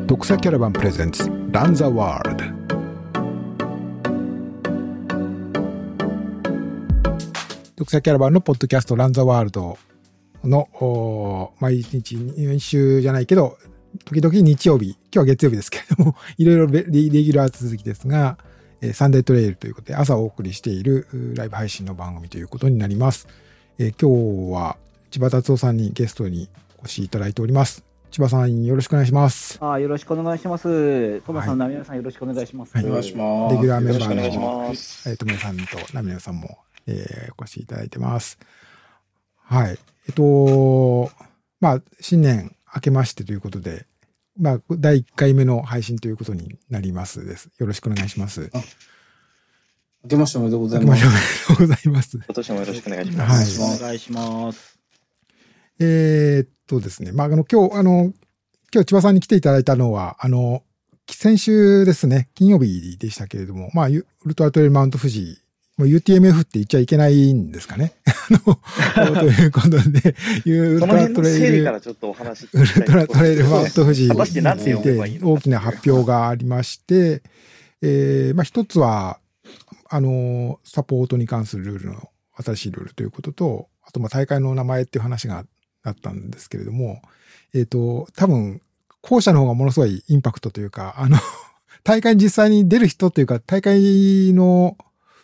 読者キャラバンプレゼンツランザワールド。読者キャラバンのポッドキャストランザワールドの毎週じゃないけど時々日曜日、今日は月曜日ですけれどもいろいろレギュラー続きですが、サンデートレイルということで朝お送りしているライブ配信の番組ということになります。今日は千葉達夫さんにゲストにお越しいただいております。千葉さんよろしくお願いします。 よろしくお願いします。トモさん、ナミネさんよろしくお願いします。 はい、 お願いします。 レギュラーメンバーのトモさんとナミネさんも、お越しいただいてます。はい。新年明けましてということで、第1回目の配信ということになりますです。よろしくお願いします。 明けましておめでとうございます。 おめでとうございます。 今年もよろしくお願いします。 はい、お願いします。 ですね。今日千葉さんに来ていただいたのは、先週ですね、金曜日でしたけれども、ウルトラトレイルマウント富士、UTMF って言っちゃいけないんですかね。ということで、 ウルトラトレイルからちょっとお話ウルトラトレイルマウント富士について大大きな発表がありまして、一つは、サポートに関するルールの新しいルールということと、あと、大会の名前っていう話があったんですけれども、多分、後者の方がものすごいインパクトというか、大会に実際に出る人というか、大会の、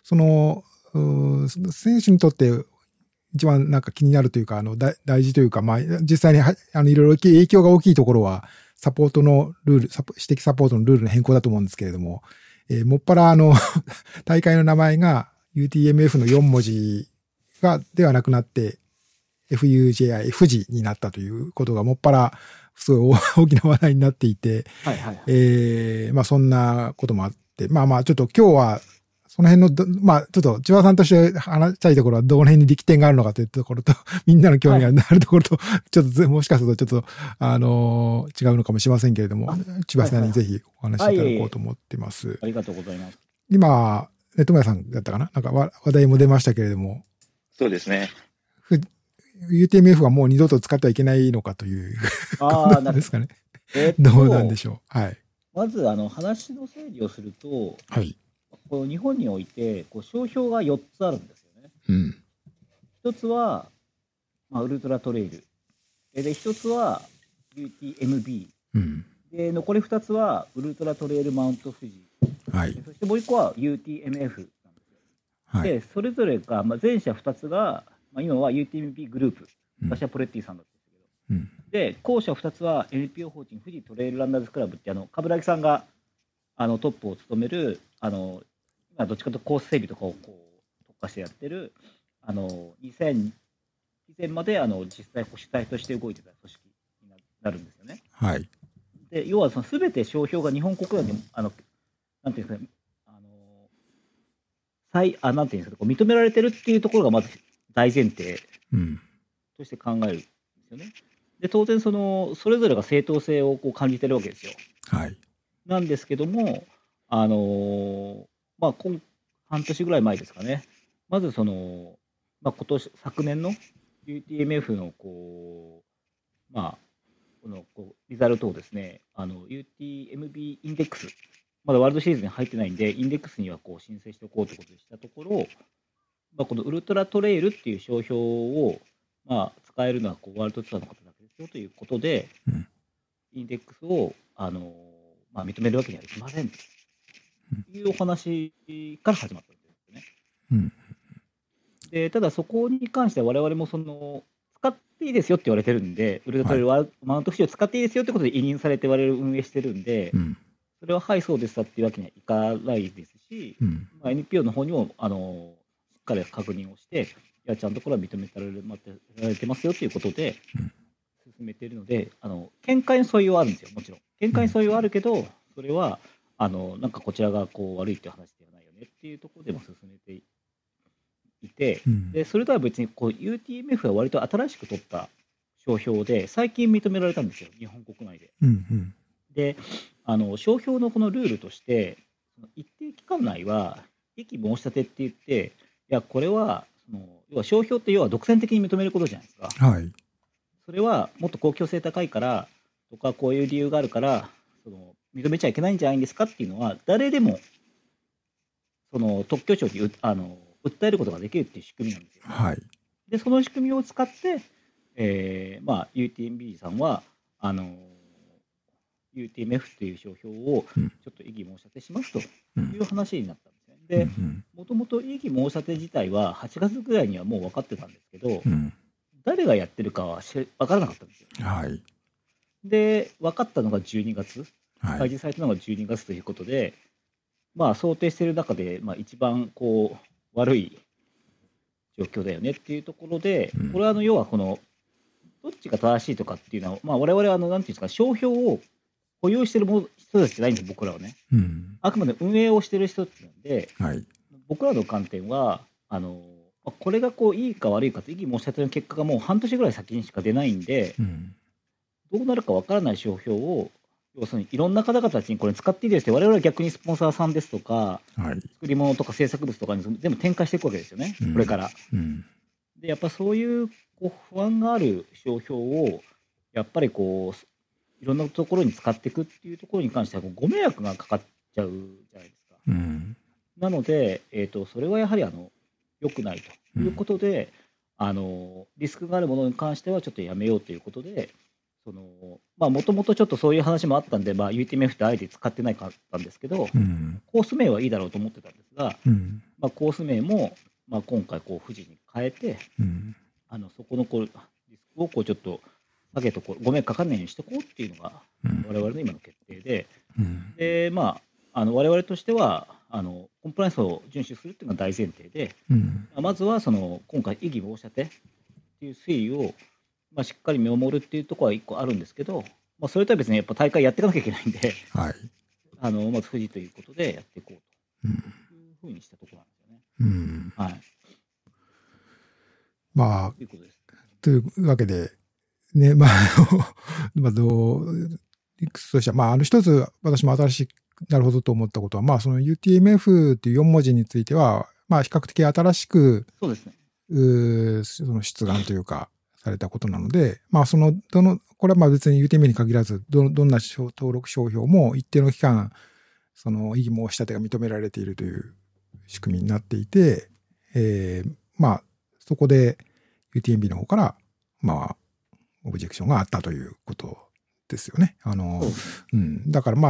選手にとって一番気になるというか、大事というか、実際にいろいろ影響が大きいところは、サポートのルール、私的サポートのルールの変更だと思うんですけれども、もっぱら大会の名前が UTMF の4文字ではなくなって、FUJI、富士になったということがもっぱらすごい大きな話題になっていて、そんなこともあって、ちょっと今日はその辺の、ちょっと千葉さんとして話したいところはどの辺に力点があるのかというところと、みんなの興味があるところと、ちょっともしかするとちょっと、違うのかもしれませんけれども、千葉さんにぜひお話しいただこうと思っています。 ありがとうございます。 今、友谷さんだったかな、話題も出ましたけれども。 そうですね。 UTMF はもう二度と使ってはいけないのかということなんですかね。どうなんでしょう。はい。 まず話の整理をすると、 はい。 この日本において商標が4つあるんですよね。 うん。 1つは、ウルトラトレイル。で、1つは UTMB。 うん。 で、残り2つはウルトラトレイルマウント富士。 はい。 そしてもう1個は UTMF なんですよ。 はい。 で、それぞれが、前者2つが、今は UTMB グループ。私はポレッティさんだったんですけど。 うん。で、 後者2つは NPO 法人富士トレイルランナーズクラブって冠城さんがトップを務める今どっちかというとコース整備とかを特化してやってる2000以前まで実際主体として動いてた組織になるんですよね。 はい。 で、要は全て商標が日本国内でなんていうんですかね、なんていうんですか、認められてるっていうところがまず大前提として考えるんですよね。で、当然それぞれが正当性を感じてるわけですよ。 はい。 なんですけども、半年ぐらい前ですかね、まず昨年の UTMF のリザルトをですね、UTMB インデックス、まだワールドシリーズに入ってないんで、インデックスには申請しておこうということにしたところ、このウルトラトレイルっていう商標を、使えるのはワールドツアーの方だけですよということで、インデックスを認めるわけにはいきませんというお話から始まったんですね。で、ただそこに関しては我々も使っていいですよって言われてるんで、ウルトラトレイルマウント富士を使っていいですよってことで委任されて我々運営してるんで、それははいそうですっていうわけにはいかないですし、NPO の方にもしっかり確認をして、いやちゃんとこれは認められてますよということで進めているので、見解の相違はあるんですよ。もちろん見解の相違はあるけど、それはこちらが悪いっていう話ではないよねっていうところでも進めていて、でそれとは別にUTMF は割と新しく取った商標で最近認められたんですよ、日本国内で。で、商標のこのルールとして一定期間内は異議申し立てって言って、いやこれは要は商標って要は独占的に認めることじゃないですか。 はい。 それはもっと公共性高いからとかこういう理由があるから認めちゃいけないんじゃないんですかっていうのは、誰でもその特許庁に訴えることができるっていう仕組みなんですよ。 はい。 で、その仕組みを使って、UTMB さんはUTMF っていう商標をちょっと異議申し立てしますという話になったんですね。で、もともと異議申し立て自体は8月ぐらいにはもう分かってたんですけど、誰がやってるかは分からなかったんですよ。 はい。 で、分かったのが12月、 はい。 開示されたのが12月ということで、想定している中で、一番悪い状況だよねっていうところで、これは要はどっちが正しいとかっていうのは、我々はなんていうんですか、商標を保有している人たちじゃないんです、僕らはね。あくまで運営をしている人たちなんで、 はい。 僕らの観点は、これがいいか悪いかと異議申し立ての結果がもう半年ぐらい先にしか出ないんで、どうなるかわからない商標を、要するにいろんな方々たちにこれ使っていいですって、我々は逆にスポンサーさんですとか、 はい。 作り物とか制作物とかに全部展開していくわけですよね、これから。で、やっぱそういう不安がある商標を、やっぱりいろんなところに使っていくっていうところに関しては、ご迷惑がかかっちゃうじゃないですか。なので、それはやはり良くないということで、リスクがあるものに関してはちょっとやめようということで、もともとちょっとそういう話もあったんで、UTMF ってあえて使ってないかったんですけど、コース名はいいだろうと思ってたんですが、コース名も、今回富士に変えて、そこのリスクをちょっと下げとこう、ご迷惑かかんないようにしておこうっていうのが、我々の今の決定で、で、我々としてはコンプライアンスを遵守するっていうのが大前提で、まずは今回異議申し立てっていう推移を、しっかり見守るっていうところは1個あるんですけど、それとは別にやっぱ大会やっていかなきゃいけないんで、 はい。 まず富士ということでやっていこうというふうにしたところなんですよね。はい。ということです。 というわけで、ね、理屈としては、一つ私も新しいなるほどと思ったことは、その UTMF っていう4文字については、比較的新しく、 そうですね。 その出願というか、されたことなので、これは別に UTM に限らず、どんな登録商標も一定の期間、異議申し立てが認められているという仕組みになっていて、そこで UTMB の方から、オブジェクションがあったということですよね。だから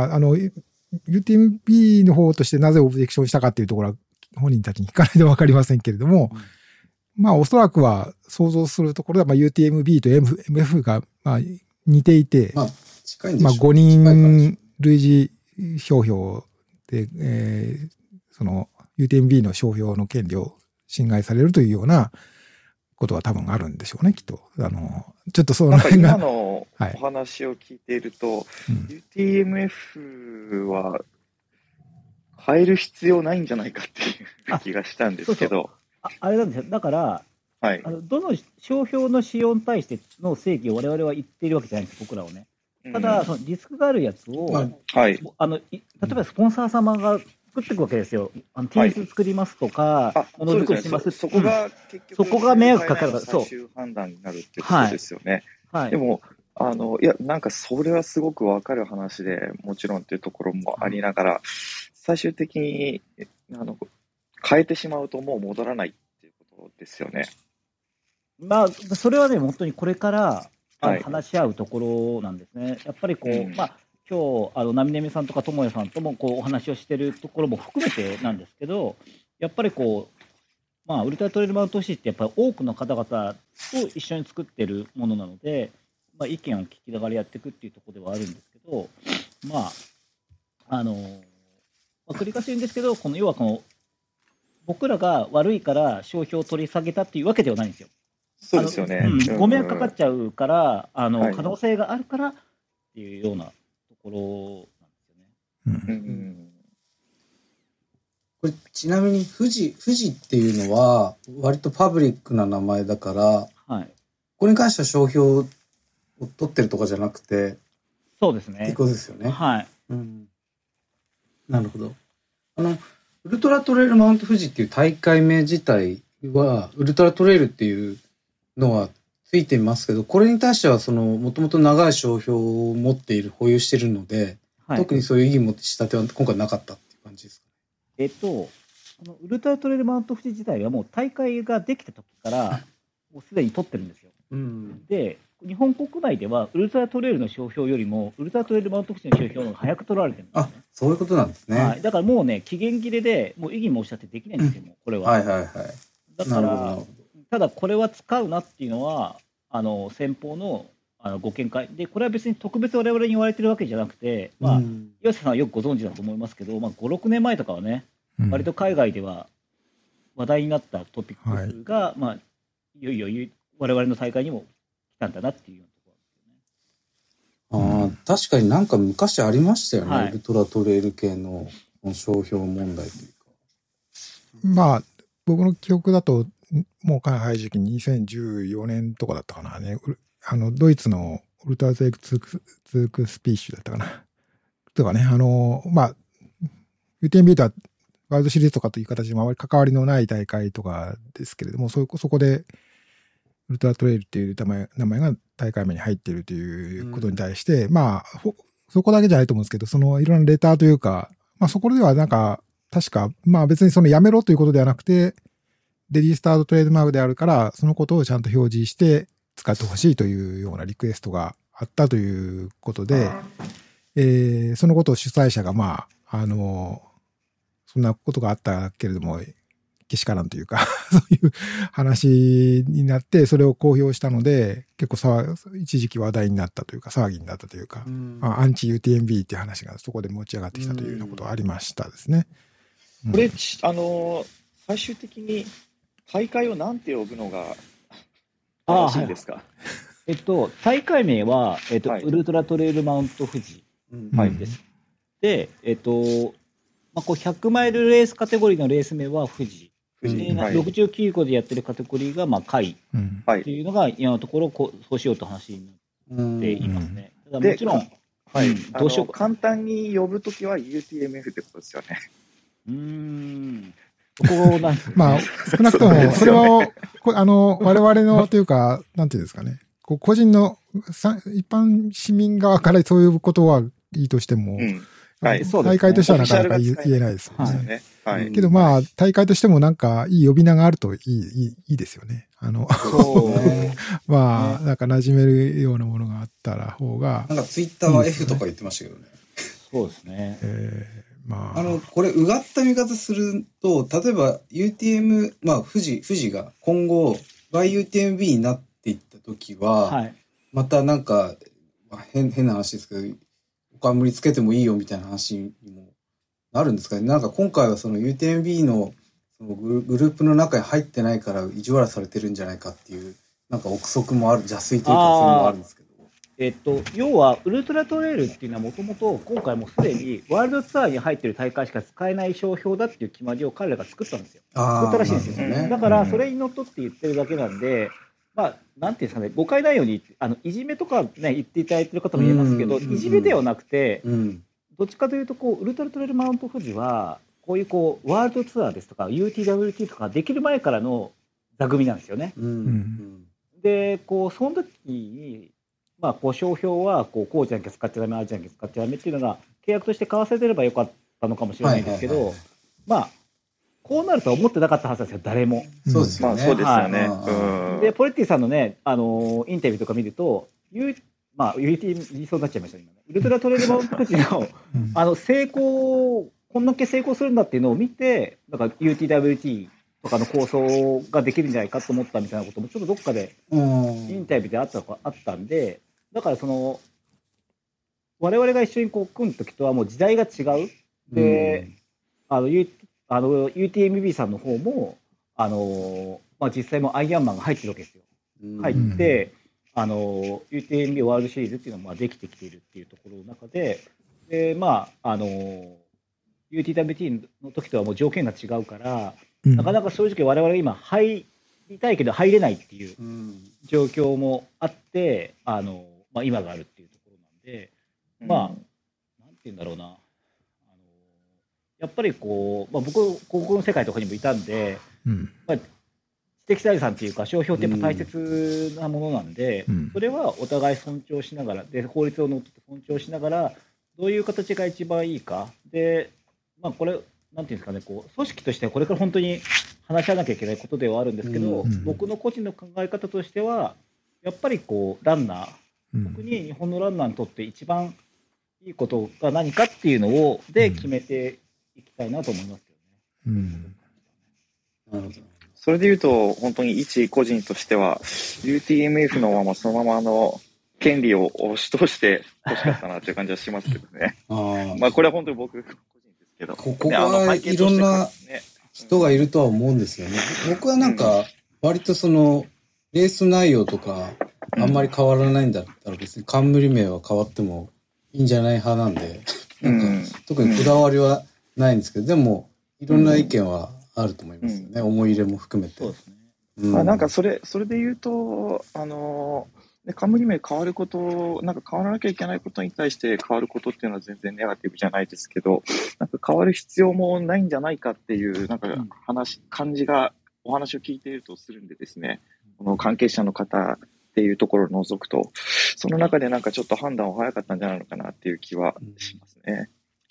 UTMB の方としてなぜオブジェクションしたかっていうところは本人たちに聞かないとわかりませんけれども、おそらくは想像するところでは、UTMB と MF が似ていて、 近いんでしょう。 5人類似商標で、その UTMB の商標の権利を侵害されるというようなことは多分あるんでしょうね、きっと。ちょっとその辺が。 今のお話を聞いていると、UTMF は変える必要ないんじゃないかっていう気がしたんですけど。 あれなんですよ。だから、どの商標の使用に対しての正義を我々は言っているわけじゃないんです、僕らはね。ただ、そのリスクがあるやつを、例えばスポンサー様が作っていくわけですよ。T シャツ作りますとか、ものづくりします。 そこが結局、 そこが迷惑かかるから、 最終判断になるってことですよね。でも、なんかそれはすごくわかる話で、もちろんっていうところもありながら、最終的に、変えてしまうともう戻らないっていうことですよね。 それはね、本当にこれから話し合うところなんですね。やっぱり今日、ナミネミさんとかともやさんともお話をしているところも含めてなんですけど、やっぱりウルトラトレイルマウント富士ってやっぱり多くの方々と一緒に作っているものなので、意見を聞きながらやっていくっていうところではあるんですけど、繰り返し言うんですけど、要は僕らが悪いから商標を取り下げたっていうわけではないんですよ。 そうですよね。 ご迷惑かかっちゃうから、可能性があるからっていうようなところなんですよね。 これちなみに富士っていうのは割とパブリックな名前だから、これに関しては商標を取ってるとかじゃなくて、 そうですね。 ってことですよね。なるほど。ウルトラトレイルマウント富士っていう大会名自体はウルトラトレイルっていうのはついていますけど、これに対してはもともと長い商標を持っている保有しているので、 特にそういう意義持って仕立ては今回なかったっていう感じですかね。このウルトラトレイルマウント富士自体はもう大会ができた時からもうすでに取ってるんですよ。で、日本国内ではウルトラトレイルの商標よりもウルトラトレイルマウント富士の商標の方が早く取られてるんですよね。 そういうことなんですね。 はい、だからもうね、期限切れでもう異議申し立てできないんですよ、これは。だから、ただこれは使うなっていうのは、先方のご見解で、これは別に特別我々に言われてるわけじゃなくて、岩瀬さんはよくご存知だと思いますけど、5、6年前とかはね、割と海外では話題になったトピックスが、いよいよ我々の大会にも来たんだなっていうようなところなんですよね。 確かになんか昔ありましたよね、ウルトラトレイル系の商標問題というか。僕の記憶だと、もうかなり早い時期に2014年とかだったかなね。ドイツのウルトラトレイルツークスピーシュだったかな。とかね、UTMB とはワールドシリーズとかという形であまり関わりのない大会とかですけれども、そこでウルトラトレイルっていう名前が大会名に入っているということに対して、そこだけじゃないと思うんですけど、そのいろんなレターというか、そこではなんか、確か、別にそのやめろということではなくて、レジスタードトレードマークであるから、そのことをちゃんと表示して使ってほしいというようなリクエストがあったということで、そのことを主催者が、そんなことがあったけれども、けしからんというか、そういう話になって、それを公表したので、結構一時期話題になったというか、騒ぎになったというか、アンチ UTMB っていう話がそこで持ち上がってきたというようなことがありましたですね。 これ、最終的に大会を何て呼ぶのが正しいんですか？ 大会名は、ウルトラトレイルマウント富士です。で、100マイルレースカテゴリーのレース名は富士。69個でやってるカテゴリーが、海っていうのが、今のところそうしようと話になっていますね。ただもちろん、 どうしようか。簡単に呼ぶときは UTMF ってことですよね。 そこなんですね。少なくとも、それは、我々のというか、なんていうんですかね。個人の、一般市民側からそういうことはいいとしても、大会としてはなかなか言えないですよね。けど大会としてもなんかいい呼び名があるといいですよね。なんか馴染めるようなものがあったら方が。 なんかツイッターは F とか言ってましたけどね。 そうですね。 これ、うがった見方すると、例えば UTM、富士が今後 YUTMB になっていったときは、またなんか、変な話ですけど、冠つけてもいいよみたいな話にもなるんですかね。なんか今回はその UTMB のそのグループの中に入ってないから意地悪されてるんじゃないかっていう、なんか憶測もある、邪推というかそういうのもあるんですけど。 要はウルトラトレイルっていうのはもともと今回もすでにワールドツアーに入ってる大会しか使えない商標だっていう決まりを彼らが作ったんですよ。作ったらしいんですよね。だからそれにのっとって言ってるだけなんで、なんていうんですかね、誤解ないようにいじめとかね言っていただいてる方も言えますけど、いじめではなくて、どっちかというとウルトラトレイルマウント富士はこういうワールドツアーですとか UTWT とかできる前からの座組なんですよね。でその時に商標はこうじゃなきゃ使っちゃダメ、ああじゃなきゃ使っちゃダメっていうのが契約として交わせてればよかったのかもしれないんですけど、こうなるとは思ってなかったはずなんですよ、誰も。 そうですよね。 そうですよね。 で、ポレッティさんのね、インタビューとか見ると、UT 言いそうになっちゃいましたね、今ね。ウルトラトレイルマウント富士の、成功、こんだけ成功するんだっていうのを見て、なんか UTWT とかの構想ができるんじゃないかと思ったみたいなことも、ちょっとどっかでインタビューであったんで、だから我々が一緒に組むときとはもう時代が違う。で、UTMB さんの方も、実際もアイアンマンが入ってるわけですよ。入って、UTMB ワールドシリーズっていうのができてきているっていうところの中で、UTWT の時とはもう条件が違うから、なかなか正直我々今入りたいけど入れないっていう状況もあって、今があるっていうところなんで、なんて言うんだろうな。やっぱり僕、高校の世界とかにもいたんで、知的財産っていうか、商標ってやっぱ大切なものなんで、それはお互い尊重しながら、で、法律をのっとって尊重しながら、 どういう形が一番いいか。で、これ、なんていうんですかね、組織としてはこれから本当に話し合わなきゃいけないことではあるんですけど、僕の個人の考え方としては、やっぱりランナー、特に日本のランナーにとって一番いいことが何かっていうので決めていきたいなと思いますけどね。 なるほど。 それでいうと、本当に一個人としては、UTMF のままそのまま権利を押し通して欲しかったなという感じはしますけどね。これは本当に僕個人ですけど。 ここはいろんな人がいるとは思うんですよね。僕は割とレース内容とか、あんまり変わらないんだったら別に冠名は変わってもいいんじゃない派なんで、特にこだわりはないんですけど、でも、いろんな意見はあると思いますよね。思い入れも含めて。そうですね。それで言うと、冠名変わること、変わらなきゃいけないことに対して変わることっていうのは全然ネガティブじゃないですけど、変わる必要もないんじゃないかっていう、感じが、お話を聞いているとするんでですね、この関係者の方っていうところを除くと、その中でちょっと判断は早かったんじゃないのかなっていう気はしますね。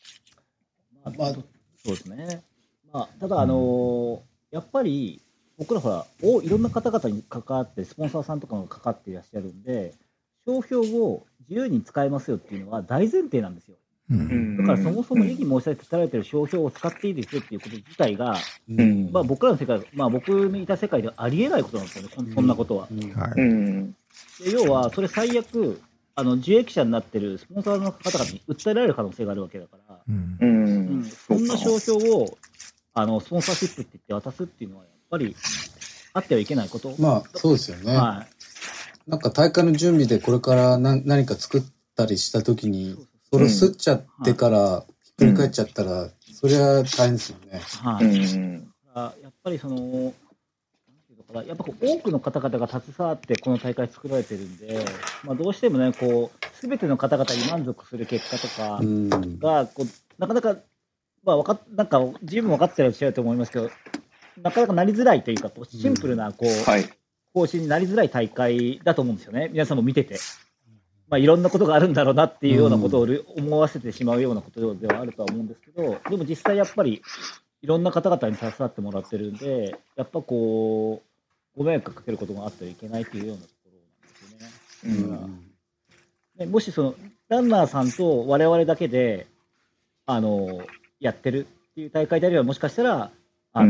そうですね。ただ、やっぱり、僕らいろんな方々に関わって、スポンサーさんとかも関わっていらっしゃるんで、商標を自由に使えますよっていうのは大前提なんですよ。だからそもそも異議申し立てられてる商標を使っていいですよっていうこと自体が、僕らの世界、僕のいた世界ではありえないことなんですよね、そんなことは。で要は、それ最悪、受益者になってるスポンサーの方々に訴えられる可能性があるわけだから、そんな商標をスポンサーシップって言って渡すっていうのは、やっぱりあってはいけないこと。 そうですよね。大会の準備でこれから何か作ったりしたときに、それを吸っちゃってからひっくり返っちゃったら、それは大変ですよね。 やっぱりやっぱ多くの方々が携わってこの大会作られてるんで、どうしてもね、全ての方々に満足する結果とかが、なかなか、十分分かってらっしゃると思いますけど、なかなかなりづらいというか、シンプルな方針になりづらい大会だと思うんですよね、皆さんも見てて。いろんなことがあるんだろうなっていうようなことを思わせてしまうようなことではあるとは思うんですけど、でも実際やっぱりいろんな方々に携わってもらってるんで、やっぱご迷惑かけることがあってはいけないというようなところなんですよね。もしランナーさんと我々だけでやってるっていう大会であれば、もしかしたら小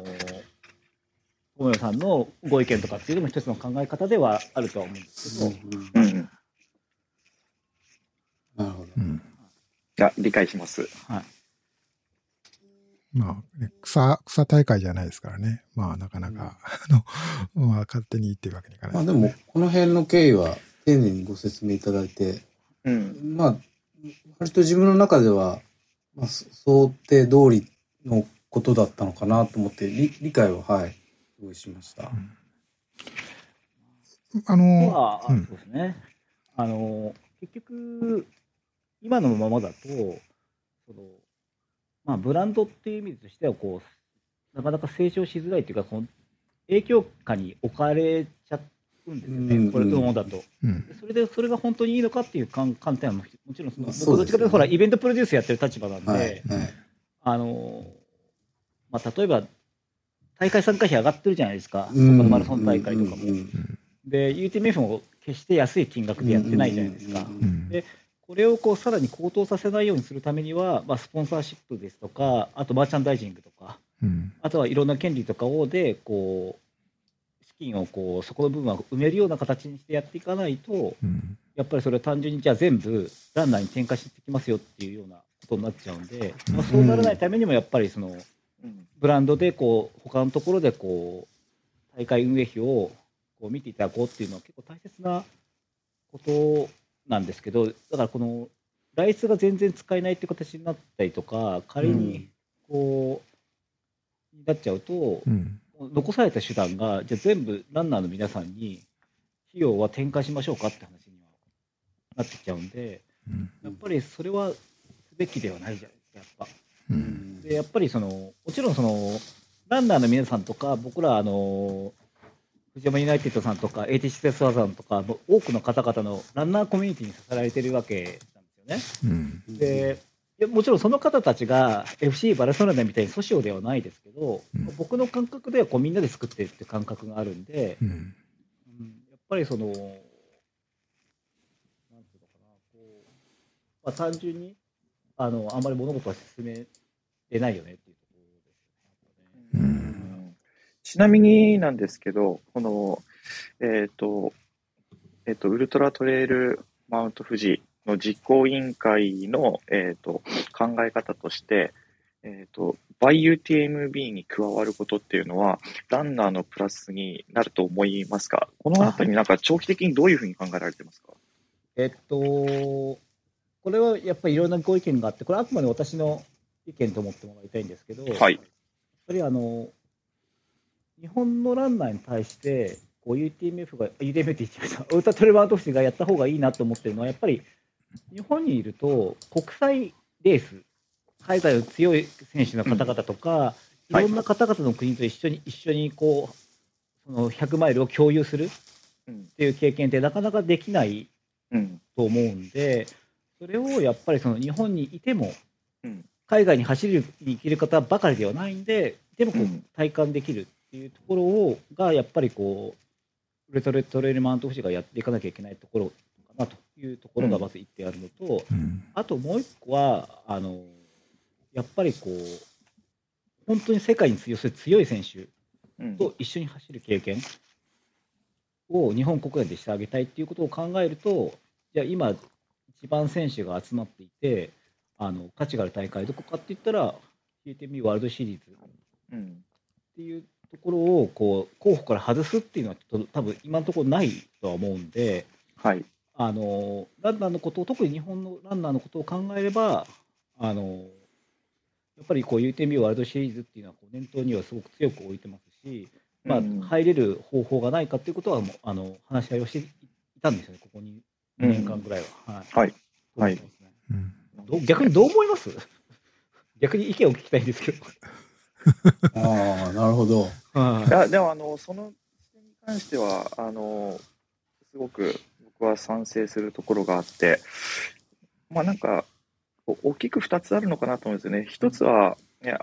室さんのご意見とかっていうのも一つの考え方ではあるとは思うんですけど。 なるほど。理解します。 草大会じゃないですからね。なかなか、勝手に言ってるわけにいかない。 でも、この辺の経緯は丁寧にご説明いただいて、割と自分の中では、想定通りのことだったのかなと思って、理解を、用意しました。 そうですね。結局、今のままだと、ブランドっていう意味としてはなかなか成長しづらいというか、影響下に置かれちゃうんですよね、これのものだと。それが本当にいいのかっていう観点はもちろん僕どっちかというとイベントプロデュースやってる立場なんで、例えば大会参加費上がってるじゃないですか、他のマラソン大会とかも。で、UTMF も決して安い金額でやってないじゃないですか。でこれをさらに高騰させないようにするためには、スポンサーシップですとか、あとマーチャンダイジングとか、あとはいろんな権利とかで資金をそこの部分は埋めるような形にしてやっていかないと、やっぱりそれは単純にじゃあ全部ランナーに転嫁していきますよっていうようなことになっちゃうんで、そうならないためにもやっぱりブランドで他のところで大会運営費を見ていただこうっていうのは結構大切なことなんですけど、だからライスが全然使えないって形になったりとか、仮になっちゃうと、残された手段がじゃあ全部ランナーの皆さんに費用は転嫁しましょうかって話にはなってきちゃうんで、やっぱりそれはすべきではないじゃないですか、やっぱ。でやっぱりもちろんランナーの皆さんとか、僕ら藤山ユナイテッドさんとか ATCS さんとか多くの方々のランナーコミュニティに支えられているわけなんですよですよね。でもちろんその方たちが FC バルセロナみたいにソシオではないですけど、僕の感覚ではこうみんなで作ってるって感覚があるんで、やっぱりその、なんていうのかな、こう単純にあんまり物事は進めてないよねっていうところですね。 ちなみになんですけど、この、ウルトラトレイルマウント富士の実行委員会の、考え方として、ByUTMB に加わることっていうのは、ランナーのプラスになると思いますか？このあたり、なんか長期的にどういうふうに考えられてますか？ これはやっぱりいろんなご意見があって、これはあくまで私の意見と思ってもらいたいんですけど、 はい、 やっぱり日本のランナーに対して、UTMF って言っちゃいました、ウルトラトレイルマウント富士がやった方がいいなと思ってるのは、やっぱり日本にいると、国際レース、海外の強い選手の方々とか、いろんな方々の国と一緒にこうその100マイルを共有するっていう経験ってなかなかできないと思うんで、それをやっぱりその日本にいても、海外に走りに行ける方ばかりではないんで、でもこう体感できるっていうところが、やっぱりこう、ウルトラトレイルマウント富士がやっていかなきゃいけないところかなというところがまず一点あるのと、あともう一個は、やっぱりこう、本当に世界に強い選手と一緒に走る経験を日本国内でしてあげたいっていうことを考えると、じゃあ今、一番選手が集まっていて、価値がある大会どこかって言ったら、UTMB ワールドシリーズっていうところをこう候補から外すっていうのは多分今のところないとは思うんで、 はい、 ランナーのことを、特に日本のランナーのことを考えれば、やっぱりこう UTMB ワールドシリーズっていうのはこう念頭にはすごく強く置いてますし、まあ、入れる方法がないかっていうことはもう話し合いをしていたんですよね、ここに2年間ぐらいは。 はいはい、 逆にどう思います？逆に意見を聞きたいんですけど。 ああ、なるほど。 いやでもその視点に関してはすごく僕は賛成するところがあって、まあなんか大きく2つあるのかなと思うんですよね。一つは、ね、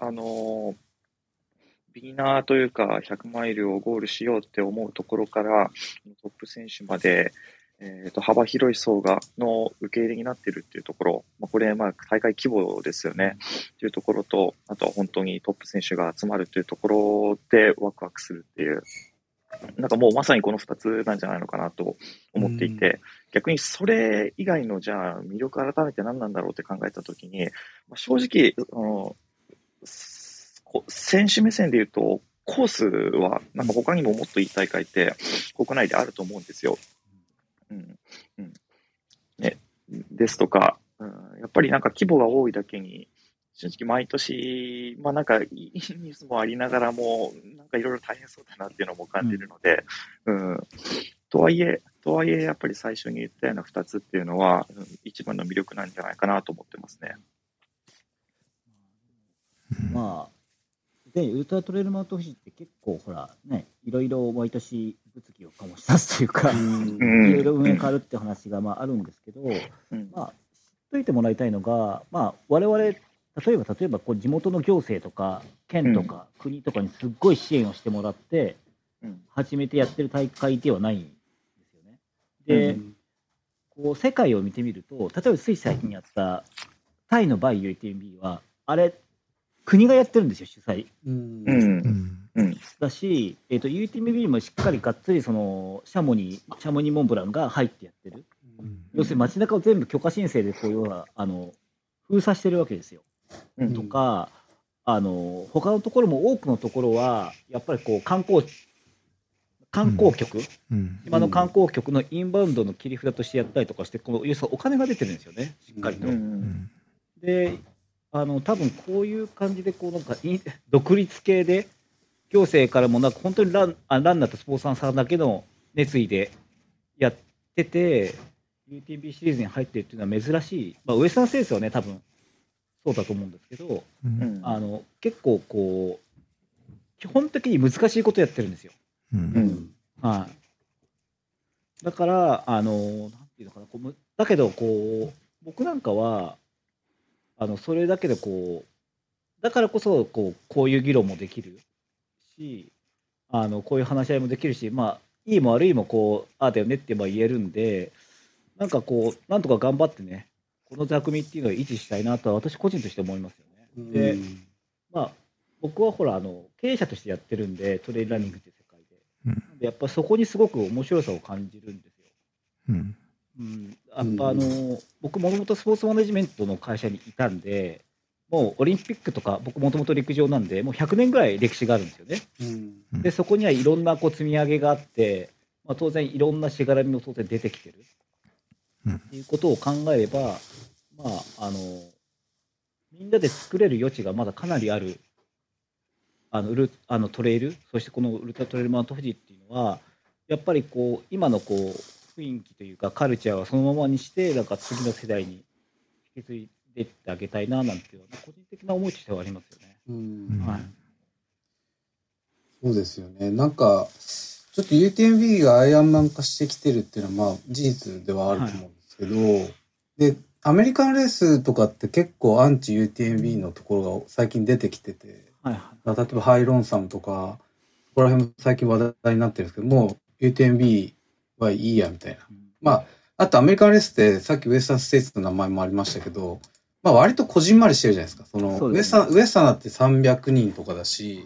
ビギナーというか100マイルをゴールしようって思うところからトップ選手まで、幅広い層の受け入れになっているっていうところ、これ大会規模ですよねっていうところと、あとは本当にトップ選手が集まるっていうところでワクワクするっていう、なんかもうまさにこの2つなんじゃないのかなと思っていて、逆にそれ以外のじゃあ魅力改めて何なんだろうって考えたときに、正直選手目線で言うとコースはなんか他にももっといい大会って国内であると思うんですよ。ね、ですとか、やっぱりなんか規模が多いだけに正直毎年、なんかいいニュースもありながらも、なんかいろいろ大変そうだなっていうのも感じるので、とはいえ、やっぱり最初に言ったような2つっていうのは、一番の魅力なんじゃないかなと思ってますね。 まあ、で、ウルトラトレイルマウント富士って結構ほら、ね、いろいろ毎年物議を醸し出すというか、いろいろ運営変わるって話があるんですけど、知っといてもらいたいのが、我々、例えばこう地元の行政とか県とか国とかにすっごい支援をしてもらって初めてやってる大会ではないんですよね。で、こう世界を見てみると、例えばつい最近やったタイのバイ UTMB はあれ国がやってるんですよ、主催。だし、UTMB もしっかりがっつりそのシャモニモンブランが入ってやってる。要するに街中を全部許可申請でこういうような封鎖してるわけですよ。とか他のところも多くのところはやっぱりこう観光局、島の観光局のインバウンドの切り札としてやったりとかして、この要するにお金が出てるんですよね、しっかりと。で多分こういう感じでこうなんか独立系で行政からもなんか本当にランナーとスポンサーさんだけの熱意でやってて UTMB シリーズに入ってるっていうのは珍しい、ウエスタンステースはね多分そうだと思うんですけど、結構こう基本的に難しいことやってるんですよ。だからなんていうのかな、だけどこう僕なんかはそれだけでだからこそこういう議論もできるし、こういう話し合いもできるし、まあいいも悪いもああだよねって言えるんで、なんかなんとか頑張ってね、この座組っていうのを維持したいなとは私個人として思いますよね。で、まあ僕はほら経営者としてやってるんで、トレイルランニングっていう世界で、なんでやっぱそこにすごく面白さを感じるんですよ。やっぱ僕もともとスポーツマネジメントの会社にいたんで、もうオリンピックとか、僕もともと陸上なんで、もう100年ぐらい歴史があるんですよね。で、そこにはいろんな積み上げがあって、まあ、当然いろんなしがらみも当然出てきてるっていうことを考えれば、まあ、みんなで作れる余地がまだかなりあるトレイル、そしてこのウルトラトレイルマウント富士っていうのは、やっぱり今の雰囲気というかカルチャーはそのままにして、なんか次の世代に引き継いでいってあげたいななんていう個人的な思いとしてはありますよね。はい。 そうですよね。なんかちょっと UTMB がアイアンマン化してきてるっていうのはまあ事実ではあると思うんですけど、でアメリカンレースとかって結構アンチ UTMB のところが最近出てきてて、例えばハイロンサムとかそこら辺も最近話題になってるんですけど、もう UTMB はいいやみたいな。まああとアメリカンレースってさっきウエスタンステイツの名前もありましたけど、まあ割とこじんまりしてるじゃないですか。ウエスタンだって300人とかだし、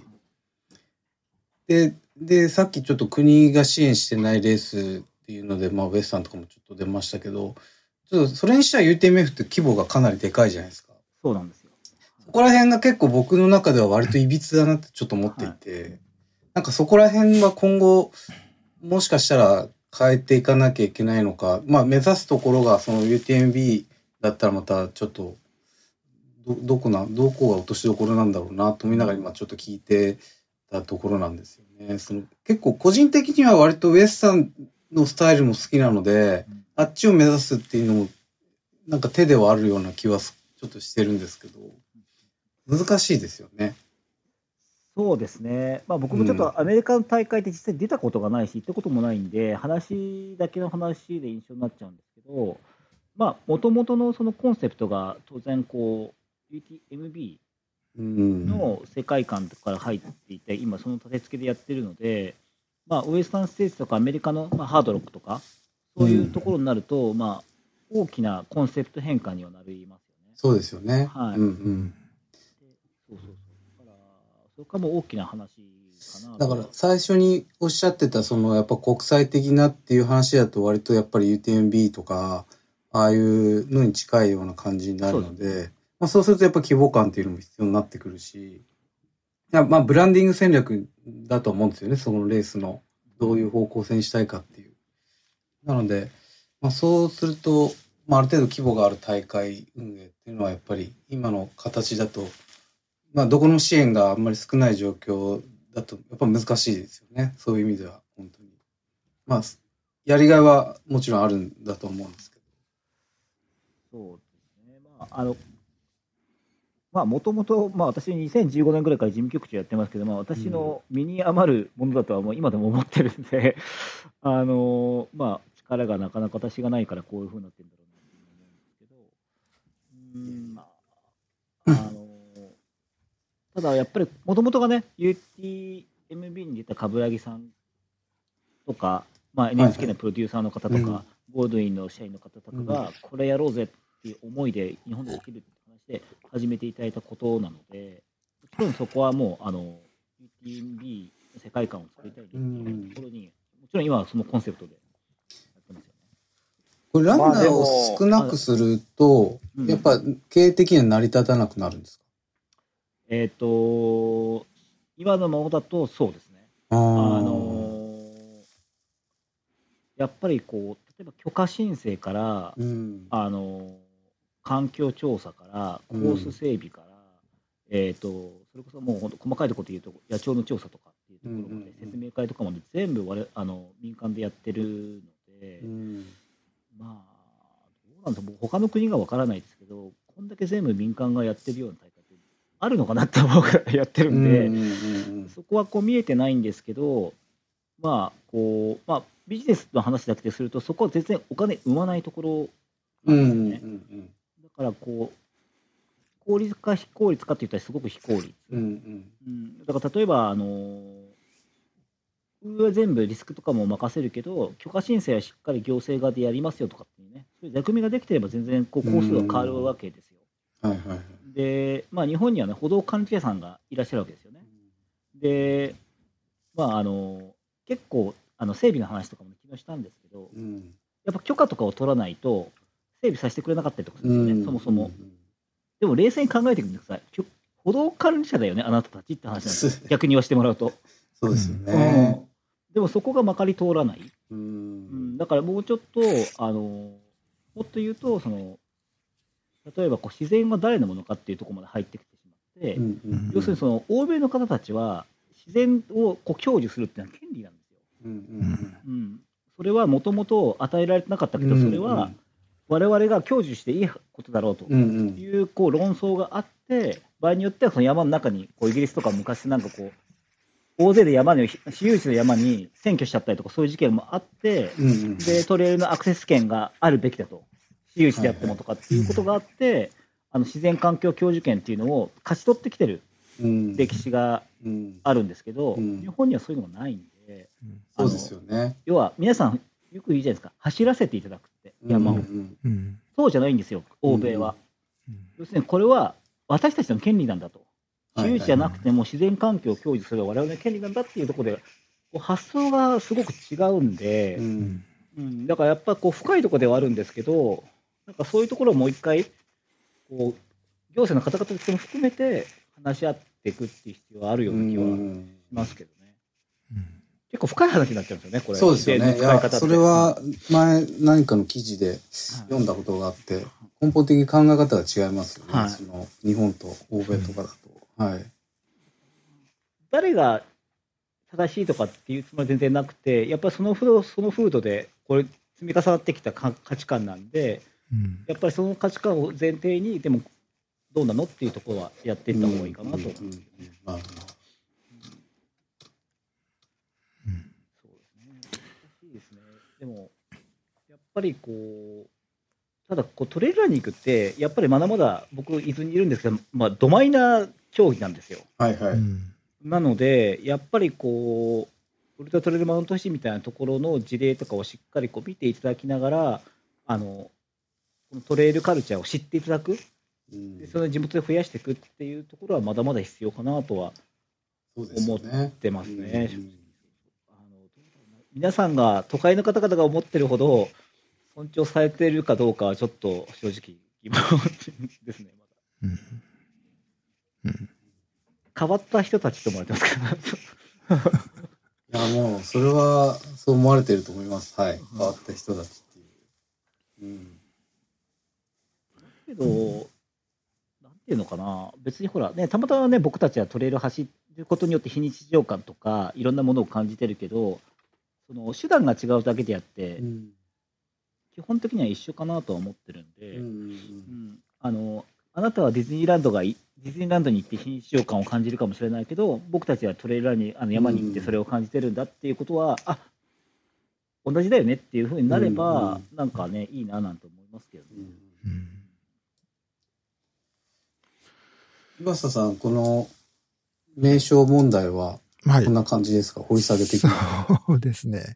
で、さっきちょっと国が支援してないレースっていうので、まあウエスタンとかもちょっと出ましたけど、ちょっとそれにしては UTMF って規模がかなりでかいじゃないですか。 そうなんですよ。 そこら辺が結構僕の中では割といびつだなってちょっと思っていて、なんかそこら辺は今後、もしかしたら変えていかなきゃいけないのか、まあ目指すところがその UTMB だったらまたちょっと、どこが落としどころなんだろうなと思いながら今ちょっと聞いてたところなんですよね。結構個人的には割とウエスタンのスタイルも好きなので、あっちを目指すっていうのもなんか手ではあるような気はちょっとしてるんですけど、難しいですよね。 そうですね、まあ、僕もちょっとアメリカの大会で実際出たことがないし、行ったこともないんで、話だけの話で印象になっちゃうんですけど、もともとのそのコンセプトが当然UTMB の世界観から入っていて、今その立て付けでやってるので、ウエスタンステーツとかアメリカのハードロックとか、そういうところになると、大きなコンセプト変換にはなりますよね。 そうですよね。 はい。それかも大きな話かな。 だから最初におっしゃってたやっぱ国際的なっていう話だと割とやっぱり UTMB とかああいうのに近いような感じになるので、そうするとやっぱ規模感っていうのも必要になってくるし、ブランディング戦略だと思うんですよね。そのレースのどういう方向性にしたいかっていう。なので、そうすると、ある程度規模がある大会運営っていうのはやっぱり今の形だとどこの支援があんまり少ない状況だとやっぱ難しいですよね。そういう意味では本当に。やりがいはもちろんあるんだと思うんですけど。そうですね。もともと、私2015年ぐらいから事務局長やってますけど、私の身に余るものだとはもう今でも思ってるんで、力がなかなか私がないからこういうふうになってるんだろうなって思うんですけど、ただやっぱりもともとがね、UTMB に出た冠城さんとか、NHK のプロデューサーの方とか、ゴールドウィンの社員の方とかが、これやろうぜっていう思いで日本でできるって話で始めていただいたことなので、もちろんそこはもうUTMB の世界観を作りたいっていうところに、もちろん今はそのコンセプトでやってますよね。 これランナーを少なくすると、やっぱ経営的には成り立たなくなるんですか？ 今のままだとそうですね。やっぱり例えば許可申請から、環境調査からコース整備から、それこそもう細かいところで言うと野鳥の調査とかっていうところまで、説明会とかまで全部民間でやってるので、どうなんですか、他の国がわからないですけど、こんだけ全部民間がやってるような大会ってあるのかなって思うからやってるんで、そこは見えてないんですけど、ビジネスの話だけですると、そこは全然お金生まないところ感じですね。だからこう、効率か非効率かって言ったらすごく非効率。だから例えば、上は全部リスクとかも任せるけど、許可申請はしっかり行政側でやりますよとかっていうね、そういう座組みができてれば全然こう工数が変わるわけですよ。で、まあ、日本にはね、歩道管理者さんがいらっしゃるわけですよね。で、まあ、結構、整備の話とかも昨日したんですけど、やっぱ許可とかを取らないと、整備させてくれなかったりとかするんですよね、そもそも。でも冷静に考えてみてください。歩道管理者だよね、あなたたちって話なんですよ。逆に言わせてもらうと。 そうですよね。 でもそこがまかり通らない。だからもうちょっと、もっと言うと、例えばこう自然は誰のものかっていうところまで入ってきてしまって、要するに欧米の方たちは自然をこう享受するっていうのは権利なんですよ。それはもともと与えられてなかったけど、それは我々が享受していいことだろうというこう論争があって、場合によってはその山の中にこうイギリスとか昔なんかこう大勢で私有地の山に占拠しちゃったりとかそういう事件もあって、でトレイルのアクセス権があるべきだと。私有地であってもとかっていうことがあって、自然環境享受権っていうのを勝ち取ってきてる歴史があるんですけど、日本にはそういうのがないんで、 そうですよね。 要は皆さんよく言うじゃないですか、走らせていただくって山を、そうじゃないんですよ、欧米は。要するにこれは私たちの権利なんだと、私有地じゃなくても自然環境を享受する我々の権利なんだっていうところで、発想がすごく違うんで、だからやっぱこう深いところではあるんですけど、なんかそういうところをもう一回こう行政の方々も含めて話し合っていくっていう必要はあるような気はしますけどね。結構深い話になっちゃうんですよね、これ。 そうですよね。いや、それは前何かの記事で読んだことがあって、根本的に考え方が違いますよね。その日本と欧米とかだと。 誰が正しいとかっていうつもりは全然なくて、やっぱりその風土でこれ積み重なってきた価値観なんで、やっぱりその価値観を前提に、でもどうなのっていうところはやっていった方がいいかなと思います。そうですね。でもやっぱりこうただこうトレイルランニングってやっぱりまだまだ僕伊豆にいるんですけど、ドマイナー競技なんですよ。なのでやっぱりこうウルトラトレイルマウントシーみたいなところの事例とかをしっかりこう見ていただきながら、このトレイルカルチャーを知っていただく、でその地元で増やしていくっていうところはまだまだ必要かなとは思ってますね。皆さんが都会の方々が思ってるほど尊重されているかどうかはちょっと正直疑問ですね。まだ変わった人たちと思われてますからいやもうそれはそう思われていると思います。変わった人たちっていう。 けどなんていうのかな、別にほらね、たまたまね僕たちはトレイル走ることによって非日常感とかいろんなものを感じてるけど、その手段が違うだけであって、基本的には一緒かなとは思ってるんで、あなたはディズニーランドに行って非日常感を感じるかもしれないけど、僕たちはトレイルランに山に行ってそれを感じてるんだっていうことは、同じだよねっていうふうになれば、なんかねいいななんて思いますけどね。 岩佐さん、この名称問題はこんな感じですか、掘り下げ的に。 そうですね。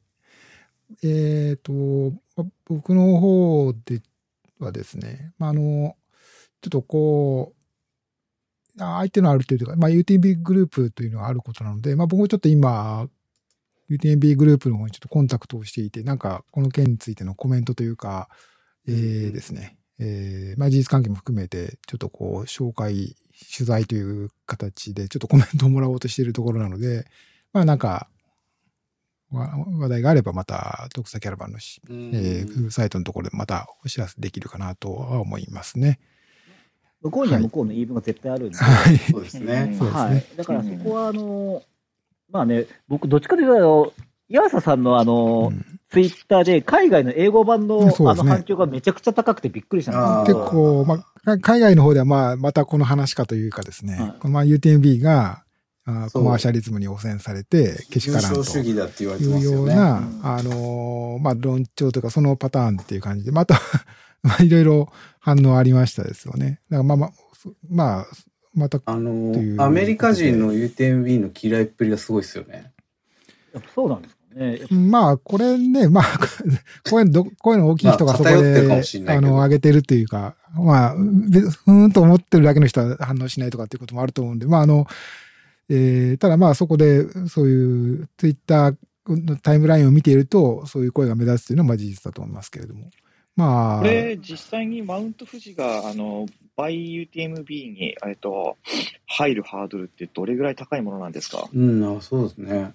僕の方ではですね、ちょっとこう、相手のあるというか、UTMB グループというのがあることなので、僕もちょっと今、UTMB グループの方にちょっとコンタクトをしていて、なんかこの件についてのコメントというか、ですね、事実関係も含めて、ちょっとこう、紹介、取材という形で、ちょっとコメントをもらおうとしているところなので、なんか、話題があればまた、ドクサキャラバンのサイトのところでまたお知らせできるかなとは思いますね。 向こうには向こうの言い分が絶対あるんで。 そうですね。 だからそこは僕どっちかというと、岩佐さんのツイッターで海外の英語版の反響がめちゃくちゃ高くてびっくりしたんですけど。 結構、海外の方ではまたこの話かというかですね、UTMB が、コマーシャリズムに汚染されて、けしからんというような、論調というかそのパターンっていう感じで、また、 いろいろ反応ありましたですよね。だからまたアメリカ人の UTMB の嫌いっぷりがすごいですよね。 やっぱそうなんですかね。 これね、こういうの大きい人がそこで、上げてるっていうか、ふーんと思ってるだけの人は反応しないとかっていうこともあると思うんで、ただそこで、そういうツイッターのタイムラインを見ていると、そういう声が目立つというのは事実だと思いますけれども。 これ、実際にマウント富士が、バイ UTMB に、入るハードルってどれぐらい高いものなんですか？ そうですね。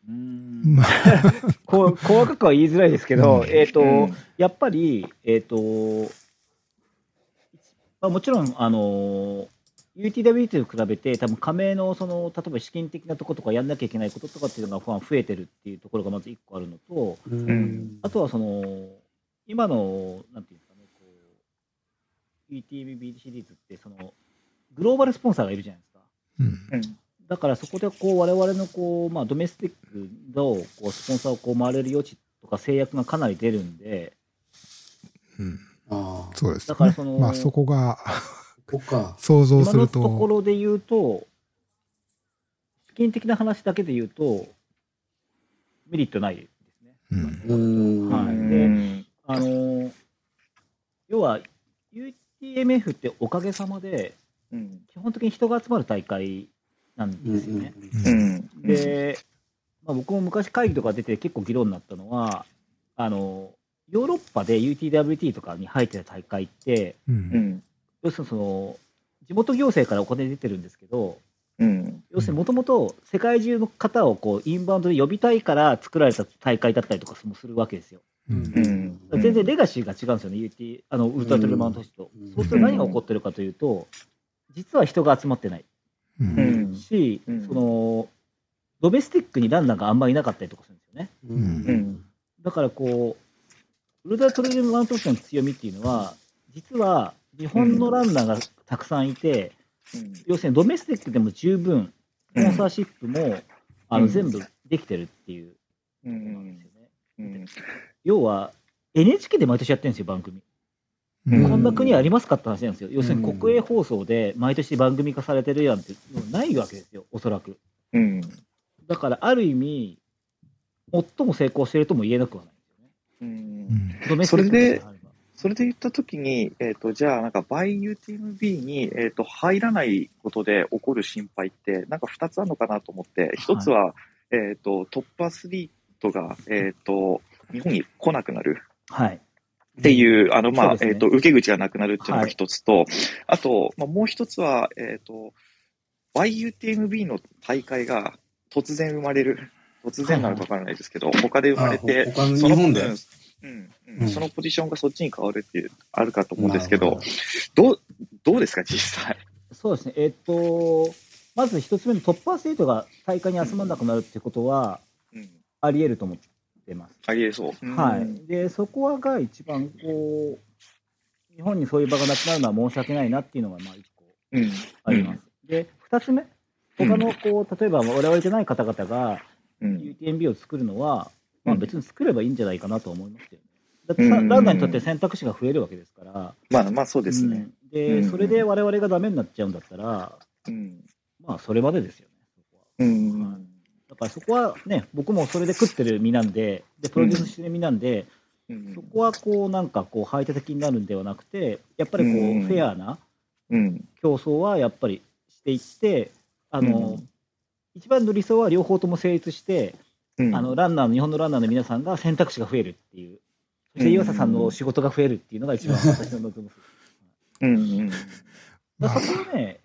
細かくは言いづらいですけど、やっぱり、もちろん、UTWT と比べて、多分加盟の、例えば資金的なところとかやんなきゃいけないこととかっていうのが増えてるっていうところがまず1個あるのと、あとは今の、なんていうんですかね、UTMB シリーズって、グローバルスポンサーがいるじゃないですか。だからそこで我々のドメスティックのスポンサーを回れる余地とか制約がかなり出るんで、 そうですね。 だからそこが想像すると。 今のところで言うと、資金的な話だけで言うと、メリットないですね。で、要は UTMF っておかげさまで、基本的に人が集まる大会なんですよね。で、僕も昔会議とか出て結構議論になったのは、ヨーロッパで UTWT とかに入ってた大会って、要するに地元行政からお金出てるんですけど、要するにもともと世界中の方をインバウンドで呼びたいから作られた大会だったりとかもするわけですよ。全然レガシーが違うんですよね、ウルトラトレイルマウント富士と。そうすると何が起こってるかというと、実は人が集まってない。し、ドメスティックにランナーがあんまりいなかったりとかするんですよね。だからウルトラトレイルマウント富士の強みっていうのは、実は日本のランナーがたくさんいて、要するにドメスティックでも十分、スポンサーシップも全部できてるっていうことなんですよね。要は NHK で毎年やってるんですよ、番組。こんな国ありますかって話なんですよ。要するに国営放送で毎年番組化されてるやんってないわけですよ、おそらく。だからある意味、最も成功してるとも言えなくはないですよね。 それで言ったときに、じゃあ、バイ UTMB に、入らないことで起こる心配って、2つあるのかなと思って、1つは、トップアスリートが、日本に来なくなる。っていう、受け口がなくなるっていうのが一つと、あと、もう一つは、YUTMB の大会が突然生まれる。突然なのかわからないですけど、他で生まれて、 日本でそのポジションがそっちに変わるっていう、あるかと思うんですけど、どうですか、実際。 そうですね。まず一つ目のトップアスリートが大会に集まらなくなるってことは、あり得ると思ってます。 あり得そう。 はい。で、そこが一番日本にそういう場がなくなるのは申し訳ないなっていうのが、一個あります。で、二つ目、他の例えば我々じゃない方々が UTMB を作るのは、別に作ればいいんじゃないかなと思いますよね。だってランナーにとって選択肢が増えるわけですから。 そうですね。 で、それで我々がダメになっちゃうんだったら、それまでですよね。だからそこはね、僕もそれで食ってる身なんで、プロデュースしてる身なんで、そこは排他的になるんではなくて、やっぱりフェアな競争はやっぱりしていって、一番の理想は両方とも成立して、日本のランナーの皆さんが選択肢が増えるっていう、そして岩佐さんの仕事が増えるっていうのが一番私の望む。そこはね、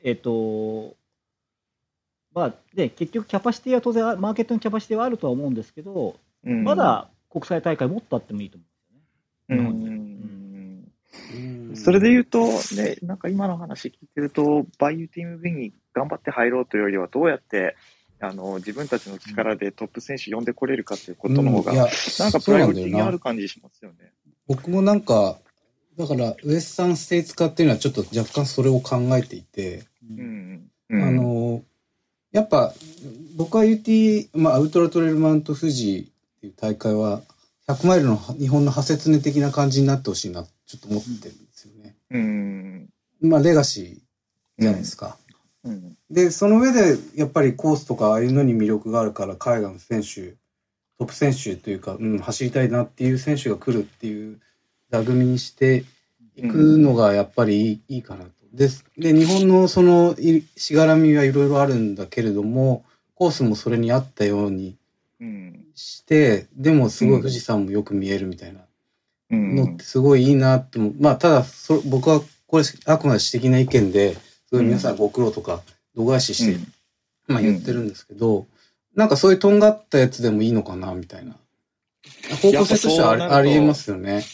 結局キャパシティは当然マーケットのキャパシティはあるとは思うんですけど、まだ国際大会もっとあってもいいと思うんですよね。 それで言うと、ね、今の話聞いてると、バイ UTMB に頑張って入ろうというよりは、どうやって自分たちの力でトップ選手呼んでこれるかということの方が、プライオリティにある感じしますよね。 僕もだからウエスタンステイツ化っていうのはちょっと若干それを考えていて、やっぱ僕はウルトラトレイルマウント富士っていう大会は100マイルの日本の派切ね的な感じになってほしいなちょっちょっと思ってるんですよね。まあレガシーじゃないですか。で、その上でやっぱりコースとかああいうのに魅力があるから海外の選手、トップ選手というか、走りたいなっていう選手が来るっていう座組にしていくのがやっぱりいいかなと。で、日本のそのしがらみはいろいろあるんだけれども、コースもそれに合ったようにして、でもすごい富士山もよく見えるみたいなのってすごいいいなってまあ、ただ僕はこれあくまで私的な意見で、すごい皆さんご苦労とか度外視して、まあ言ってるんですけど、なんかそういうとんがったやつでもいいのかなみたいな。方向性としてはありえますよね。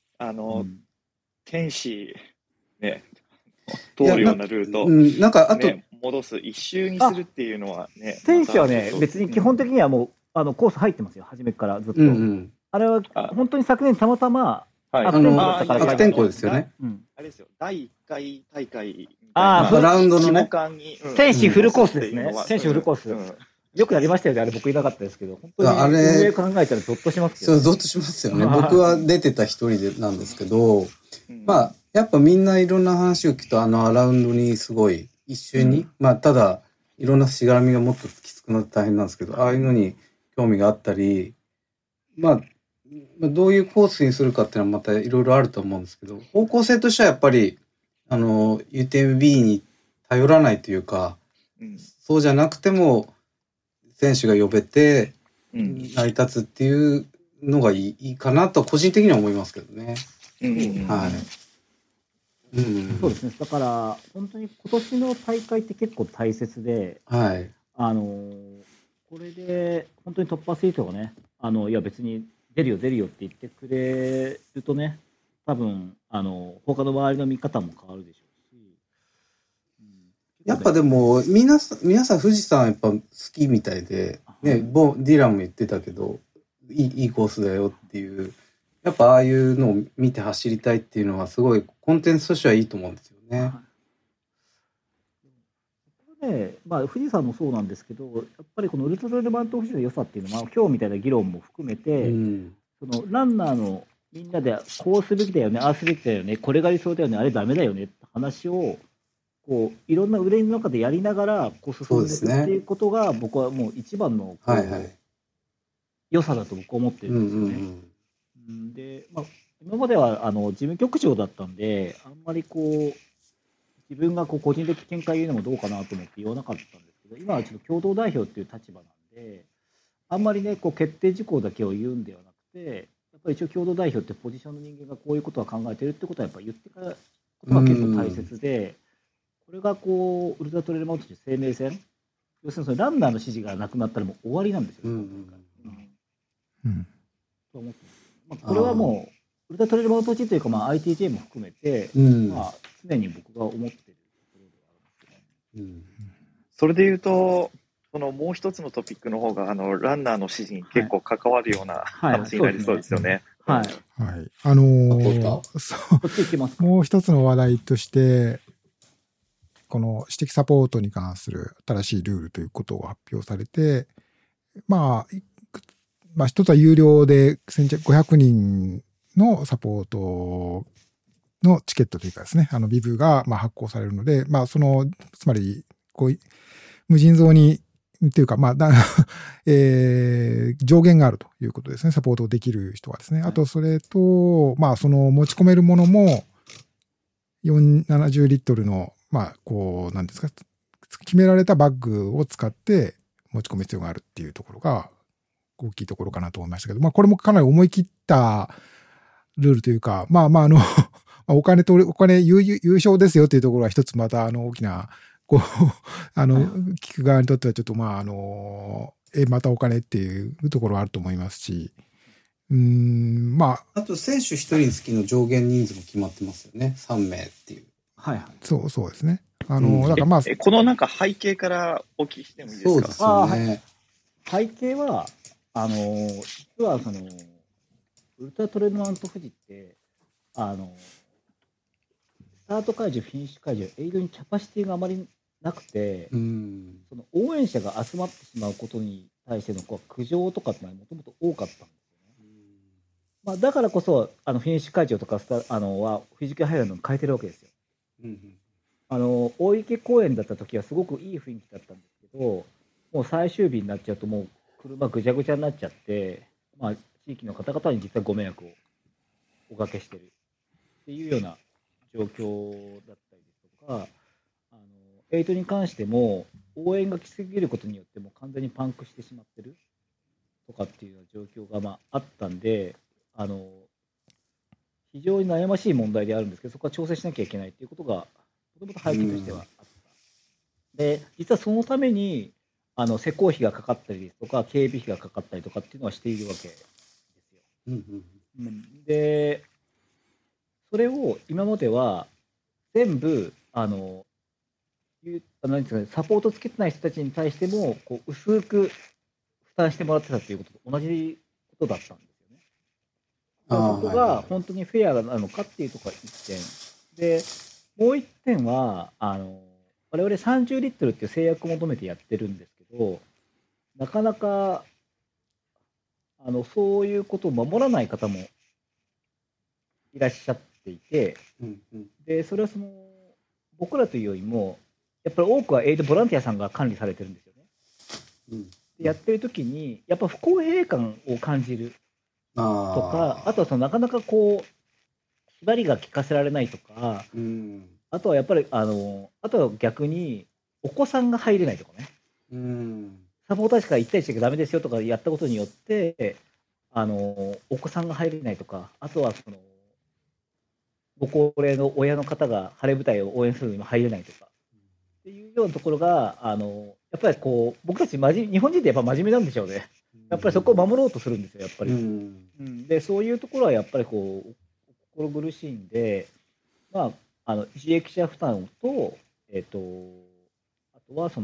天使、ね、通るようなルート、 なんかあと、 ね、戻す、一周にするっていうのはね。 天使はね、別に基本的にはもう、コース入ってますよ、初めからずっと。あれは本当に昨年たまたま、悪天候ですよね。 あれですよ、第1回大会ラウンドのね。 天使フルコースですね。天使フルコース。よくやりましたよね、あれ僕いなかったですけど、本当に運営考えたらゾッとしますよね。 そう、ゾッとしますよね。僕は出てた一人でなんですけど、まあ、やっぱみんないろんな話を聞くと、アラウンドにすごい一瞬に、まあ、ただ、いろんなしがらみがもっときつくなって大変なんですけど、ああいうのに興味があったり、まあ、どういうコースにするかっていうのはまたいろいろあると思うんですけど、方向性としてはやっぱり、UTMB に頼らないというか、そうじゃなくても、選手が呼べて、成り立つっていうのがいいかなと、個人的には思いますけどね。はい。 そうですね。だから、本当に今年の大会って結構大切で、 はい。 これで、本当にトップアスリートがね、いや別に出るよって言ってくれるとね、多分、他の周りの見方も変わるでしょうし。 やっぱでも、皆さん富士山やっぱ好きみたいで、ね、ディランも言ってたけど、いいコースだよっていう、やっぱああいうのを見て走りたいっていうのはすごいコンテンツとしてはいいと思うんですよね。 まあ、富士山もそうなんですけど、やっぱりこのウルトラレバント富士の良さっていうのは、今日みたいな議論も含めて、そのランナーのみんなでこうすべきだよね、ああすべきだよね、これが理想だよね、あれダメだよねって話を、こういろんな売れの中でやりながらこう進んでいくっていうことが、僕はもう一番の良さだと僕は思ってるんですよね。で、まあ、今までは事務局長だったんで、あんまりこう自分がこう個人的見解言うのもどうかなと思って言わなかったんですけど、今はちょっと共同代表っていう立場なんで、あんまりねこう決定事項だけを言うんではなくて、やっぱり一応共同代表ってポジションの人間がこういうことは考えてるってことはやっぱ言ってからことが結構大切で。これがこうウルトラトレイルマウントという生命線、要するにそのランナーの指示がなくなったらもう終わりなんですよ。と思ってます。まあ、これはもうウルトラトレイルマウントというか、まあ ITJ も含めて、まあ常に僕が思っているところではあるんですけど、 それでいうと、そのもう一つのトピックの方がランナーの指示に結構関わるような話になりそうですよね。 はい。もう一つの話題として。この私的サポートに関する新しいルールということを発表されて、まあ一つは有料で500人のサポートのチケットというかですね、ビブが発行されるので、まあつまり、こう、無尽蔵に、っていうか、まあ上限があるということですね、サポートできる人はですね。あと、それと、まあ持ち込めるものも、70リットルのまあ、こう、なんですか、決められたバッグを使って持ち込む必要があるっていうところが大きいところかなと思いましたけど、まあ、これもかなり思い切ったルールというか、まあ、お金優勝ですよっていうところは一つまた、大きな、こう、聞く側にとってはちょっと、まあ、またお金っていうところはあると思いますし、まあ。あと、選手一人につきの上限人数も決まってますよね。3名っていう。 はいはい。 そうですね。だからまあ、 このなんか背景からお聞きしてもいいですか？ そうですよね。 背景は、実はウルトラトレイルマウント富士って、スタート会場、フィニッシュ会場、エイドにキャパシティがあまりなくて、その応援者が集まってしまうことに対しての苦情とかってのはもともと多かったんですよね。 まあ、だからこそ、フィニッシュ会長とかは、富士急ハイランドに変えてるわけですよ。大池公園だった時はすごくいい雰囲気だったんですけど、もう最終日になっちゃうと、もう車ぐちゃぐちゃになっちゃって、まあ、地域の方々に実はご迷惑をおかけしてるっていうような状況だったりですとか、8に関しても、応援が来すぎることによって、もう完全にパンクしてしまってるとかっていうような状況がまああったんで、非常に悩ましい問題であるんですけど、そこは調整しなきゃいけないということが、もともと背景としてはあった。で、実はそのために、施工費がかかったりですとか、警備費がかかったりとかっていうのはしているわけですよ。で、それを今までは全部、なんですかね、サポートつけてない人たちに対しても、こう薄く負担してもらってたということと同じことだったんですよね。そこが本当にフェアなのかっていうところが1点。で、もう1点は、我々30リットルっていう制約を求めてやってるんですけど、なかなか、そういうことを守らない方もいらっしゃっていて、で、それは僕らというよりも、やっぱり多くはエイドボランティアさんが管理されてるんですよね。でやってる時に、やっぱ不公平感を感じるとか、あとはなかなかこう、縛りが効かせられないとか、あとはやっぱり、あとは逆に、お子さんが入れないとかね。サポーターしか1対1がダメですよとかやったことによって、お子さんが入れないとか、あとはご高齢の親の方が晴れ舞台を応援するのにも入れないとか、っていうようなところが、やっぱりこう、僕たち日本人ってやっぱ真面目なんでしょうね。やっぱりそこを守ろうとするんですよ、やっぱり。で、そういうところはやっぱりこう、心苦しいんで、まあ、自益者負担と、あとは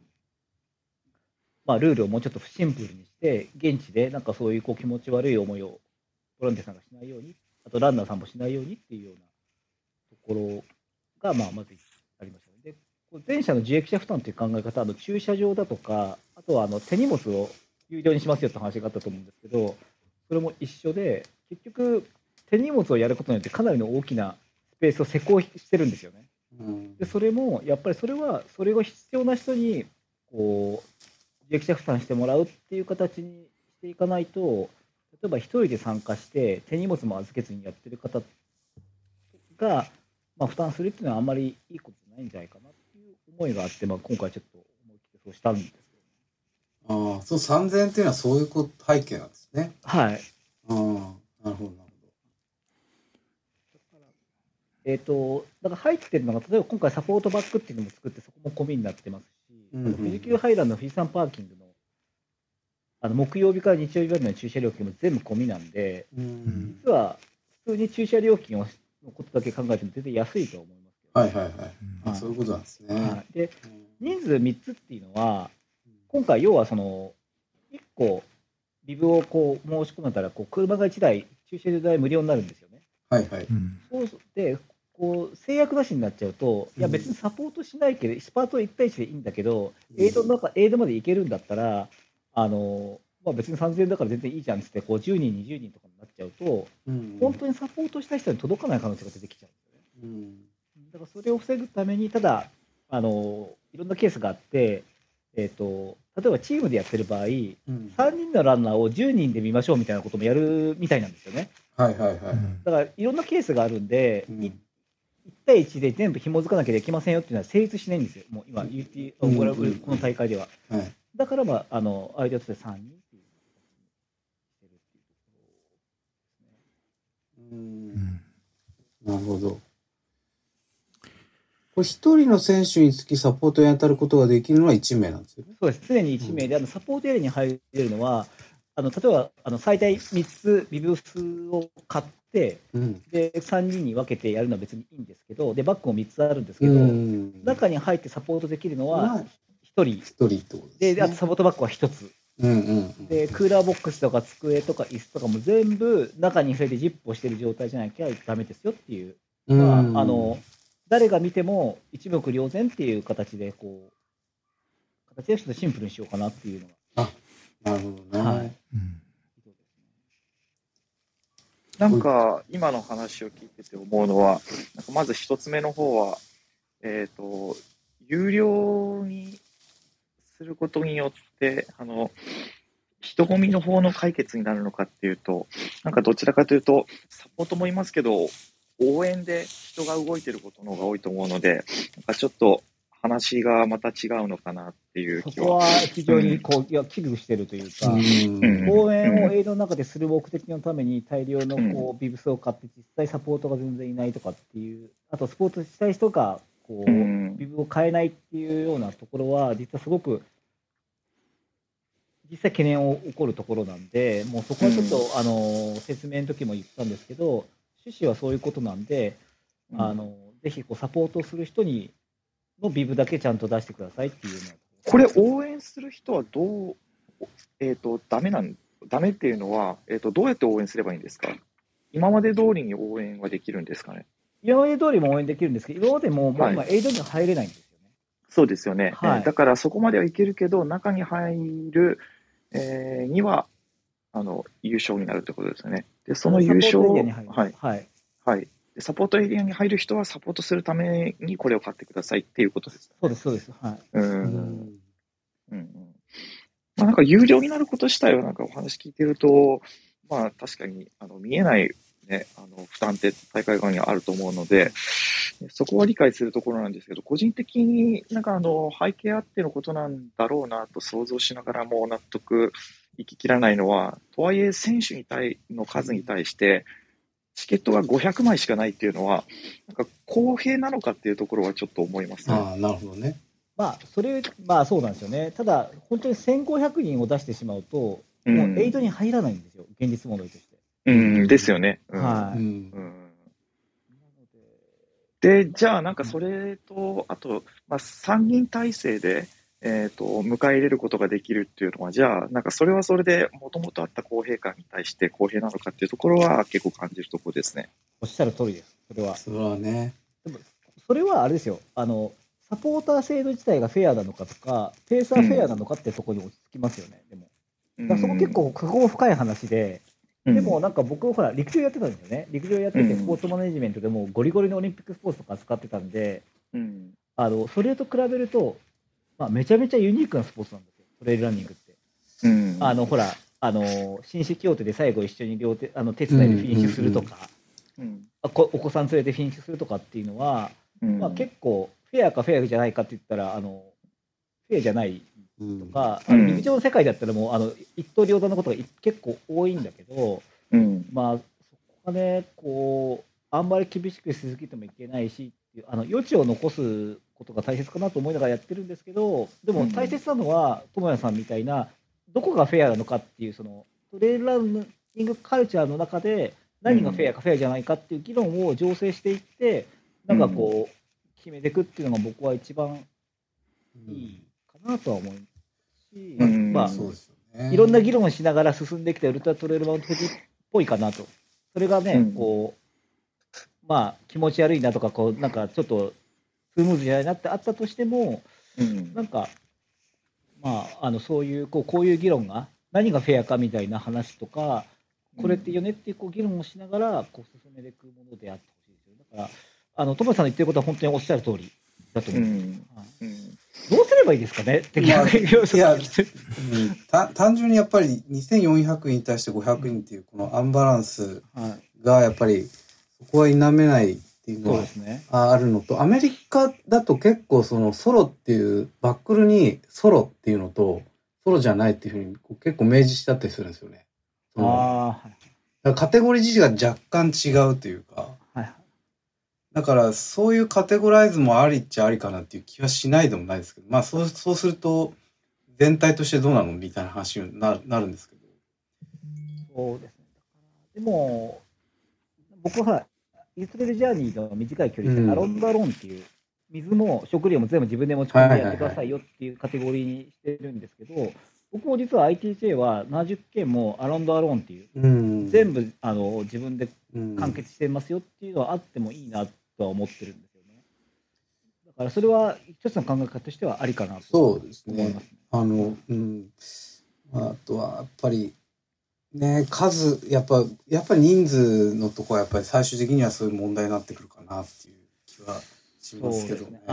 まあ、ルールをもうちょっとシンプルにして、現地でなんかそういう気持ち悪い思いをボランティアさんがしないように、あとランナーさんもしないようにっていうようなところが、まあ、まずありましたね。で、前者の自益者負担という考え方、駐車場だとか、あとは手荷物を有料にしますよって話があったと思うんですけど、それも一緒で、結局、手荷物をやることによってかなりの大きなスペースを施工してるんですよね。でそれも、やっぱりそれが必要な人にこう自益者負担してもらうっていう形にしていかないと、例えば一人で参加して手荷物も預けずにやってる方が、まあ、負担するっていうのはあんまりいいことないんじゃないかなっていう思いがあって、まあ、今回ちょっと思い切ってそうしたんですけど。ああ、そう3000円っていうのはそういう背景なんですね。 はい。 ああ、なるほど、なるほど。 だから入ってるのが、例えば今回サポートバックっていうのも作って、そこも込みになってますし、富士急ハイランドの富士山パーキングの木曜日から日曜日までの駐車料金も全部込みなんで、実は普通に駐車料金のことだけ考えても全然安いと思いますけど、 はいはいはい。そういうことなんですね。 はい、で、人数3つっていうのは、今回要は1個ビブをこう申し込めたら車が1台駐車場代無料になるんですよね。 はいはい。 そうで制約なしになっちゃうと、いや別にサポートしないけど、スパート1対1でいいんだけど、エイドまで行けるんだったら、まあ、別に3000円だから全然いいじゃんってって、10人、20人とかになっちゃうと、本当にサポートした人に届かない可能性が出てきちゃうんですよね。だからそれを防ぐために、ただ、いろんなケースがあって、例えばチームでやってる場合、3人のランナーを10人で見ましょうみたいなこともやるみたいなんですよね。 はいはいはい。 だからいろんなケースがあるんで、1対1で全部紐づかなきゃいけませんよっていうのは成立しないんですよ、もう今、この大会では。だから、まあ、相手として3人っていう形にしてるっていうところですね。なるほど。これ一人の選手につきサポートに当たることができるのは1名なんですよね。 そうです。常に1名で、サポートエリアに入れるのは、例えば最大3つビブスを買って、で3人に分けてやるのは別にいいんですけど、でバッグも3つあるんですけど、中に入ってサポートできるのは1人。 ってことですね。 で、あとサポートバッグは1つ。で、クーラーボックスとか机とか椅子とかも全部中に入れてジップをしている状態じゃなきゃダメですよっていう。誰が見ても一目瞭然っていう形で形をちょっとシンプルにしようかなっていうのが。 なるほどね。はい。 なんか今の話を聞いてて思うのは、なんかまず一つ目の方は、有料にすることによって、人混みの方の解決になるのかっていうと、なんかどちらかというと、サポートもいますけど、応援で人が動いてることの方が多いと思うので、なんかちょっと話がまた違うのかなっていう気は。 そこは非常に危惧してるというか、応援をエイドの中でする目的のために大量のビブスを買って実際サポートが全然いないとかっていう、あとスポーツしたい人がビブを買えないっていうようなところは、実はすごく実際懸念を起こるところなんで、もうそこはちょっと、説明の時も言ったんですけど、趣旨はそういうことなんで、ぜひサポートする人にのビブだけちゃんと出してくださいっていうのは。 これ応援する人はどう、ダメっていうのは、どうやって応援すればいいんですか？今まで通りに応援はできるんですかね？ 今まで通りも応援できるんですけど、今までもう今エイドには入れないんですよね。 そうですよね。 はい、 だからそこまではいけるけど、中に入る、には優勝になるってことですよね。で、その優勝を、サポートエリアに入る人はサポートするためにこれを買ってくださいっていうことです、ね。 そうです、そうです。はい。 まあ、なんか有料になること自体はなんかお話聞いてると、まあ確かに見えないね、負担って大会側にはあると思うので、そこは理解するところなんですけど、個人的になんか背景あってのことなんだろうなと想像しながらも納得いききらないのは、とはいえ選手の数に対して、チケットが500枚しかないっていうのは、なんか公平なのかっていうところはちょっと思いますね。 ああ、なるほどね。 まあそうなんですよね。ただ、本当に1500人を出してしまうと、もうエイドに入らないんですよ、現実問題として。 ですよね。 はい。 で、じゃあなんかそれと、あと、3人体制で、迎え入れることができるっていうのは、じゃあ、なんかそれはそれで、もともとあった公平感に対して公平なのかっていうところは結構感じるところですね。 おっしゃる通りです、それは。 それはね。 でもそれはあれですよ、サポーター制度自体がフェアなのかとか、ペーサーフェアなのかってところに落ち着きますよね、でも。だそこ結構、ここ深い話で、でもなんか僕、ほら、陸上やってたんですよね。陸上やってて、スポーツマネジメントでもゴリゴリのオリンピックスポーツとか扱ってたんで、それと比べると、めちゃめちゃユニークなスポーツなんですよ、トレイルランニングって。ほら、紳士協定で最後一緒に手伝いでフィニッシュするとか、お子さん連れてフィニッシュするとかっていうのは、結構、フェアかフェアじゃないかって言ったら、フェアじゃないとか、陸上の世界だったらもう一刀両断のことが結構多いんだけど、そこがね、あんまり厳しくしすぎてもいけないしっていう、余地を残すことが大切かなと思いながらやってるんですけど、でも大切なのは、智也さんみたいな、どこがフェアなのかっていう、そのトレイルランニングカルチャーの中で、何がフェアかフェアじゃないかっていう議論を醸成していって、なんか決めていくっていうのが僕は一番いいかなとは思いますし、いろんな議論をしながら進んできたウルトラトレイルマウント富士っぽいかなと。それがね、気持ち悪いなとか、なんかちょっとスムーズじゃないなってあったとしても、なんか、そういう、こういう議論が、何がフェアかみたいな話とか、これっていいよねっていう議論をしながら進めていくものであってほしいですよ。だから、友也さんの言ってることは本当におっしゃる通りだと思います。どうすればいいですかねって、 単純にやっぱり2400人に対して500人っていうこのアンバランスがやっぱりそこは否めないっていうのはあるのと、アメリカだと結構そのソロっていうバックルにソロっていうのとソロじゃないっていうふうに結構明示してあったりするんですよね。カテゴリー自体が若干違うというか、だからそういうカテゴライズもありっちゃありかなっていう気はしないでもないですけど、そうすると全体としてどうなのみたいな話になるんですけど。 そうですね。でも僕はイーストレルジャーニーの短い距離でアロンドアロンっていう水も食料も全部自分で持ち込んでやってくださいよっていうカテゴリーにしてるんですけど、僕も実は ITJ は70件もアロンドアロンっていう、全部自分で完結してますよっていうのはあってもいいなとは思ってるんですよね。だからそれは一つの考え方としてはありかなと思いますね。 あとはやっぱりね、やっぱり人数のとこはやっぱり最終的にはそういう問題になってくるかなっていう気はしますけどね。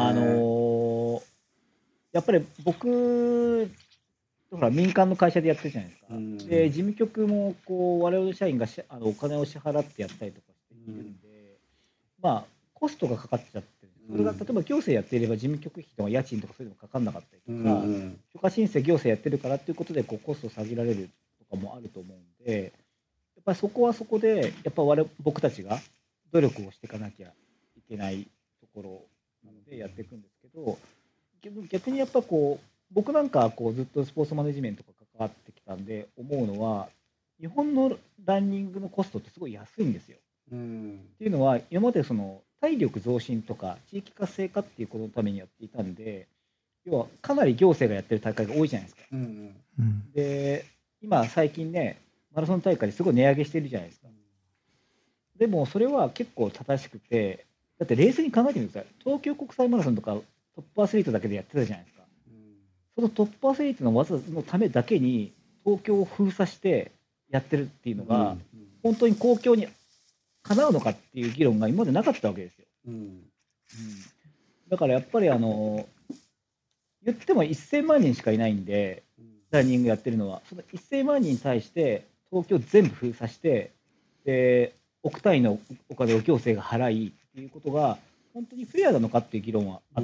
やっぱり僕、ほら民間の会社でやってるじゃないですか。で、事務局もこう我々社員がお金を支払ってやったりとかしているんで、まあ、コストがかかっちゃってる。それが例えば行政やっていれば事務局費とか家賃とかそういうのかかんなかったりとか、許可申請行政やってるからっていうことでコストを下げられるとかもあると思うんで、やっぱりそこはそこで、やっぱ僕たちが努力をしていかなきゃいけないところなのでやっていくんですけど、逆にやっぱ僕なんかずっとスポーツマネジメントとか関わってきたんで思うのは、日本のランニングのコストってすごい安いんですよ。っていうのは、今までその体力増進とか地域活性化っていうことのためにやっていたんで、要はかなり行政がやってる大会が多いじゃないですか。で、今最近ね、マラソン大会ですごい値上げしてるじゃないですか。でもそれは結構正しくて、だって冷静に考えてみてください。東京国際マラソンとかトップアスリートだけでやってたじゃないですか。そのトップアスリートの技のためだけに東京を封鎖してやってるっていうのが、本当に公共に叶うのかっていう議論が今までなかったわけですよ。だからやっぱり言っても1000万人しかいないんで、ランニングやってるのは、その1000万人に対して東京全部封鎖して、で億単位のお金を行政が払いっていうことが本当にフェアなのかっていう議論はあって、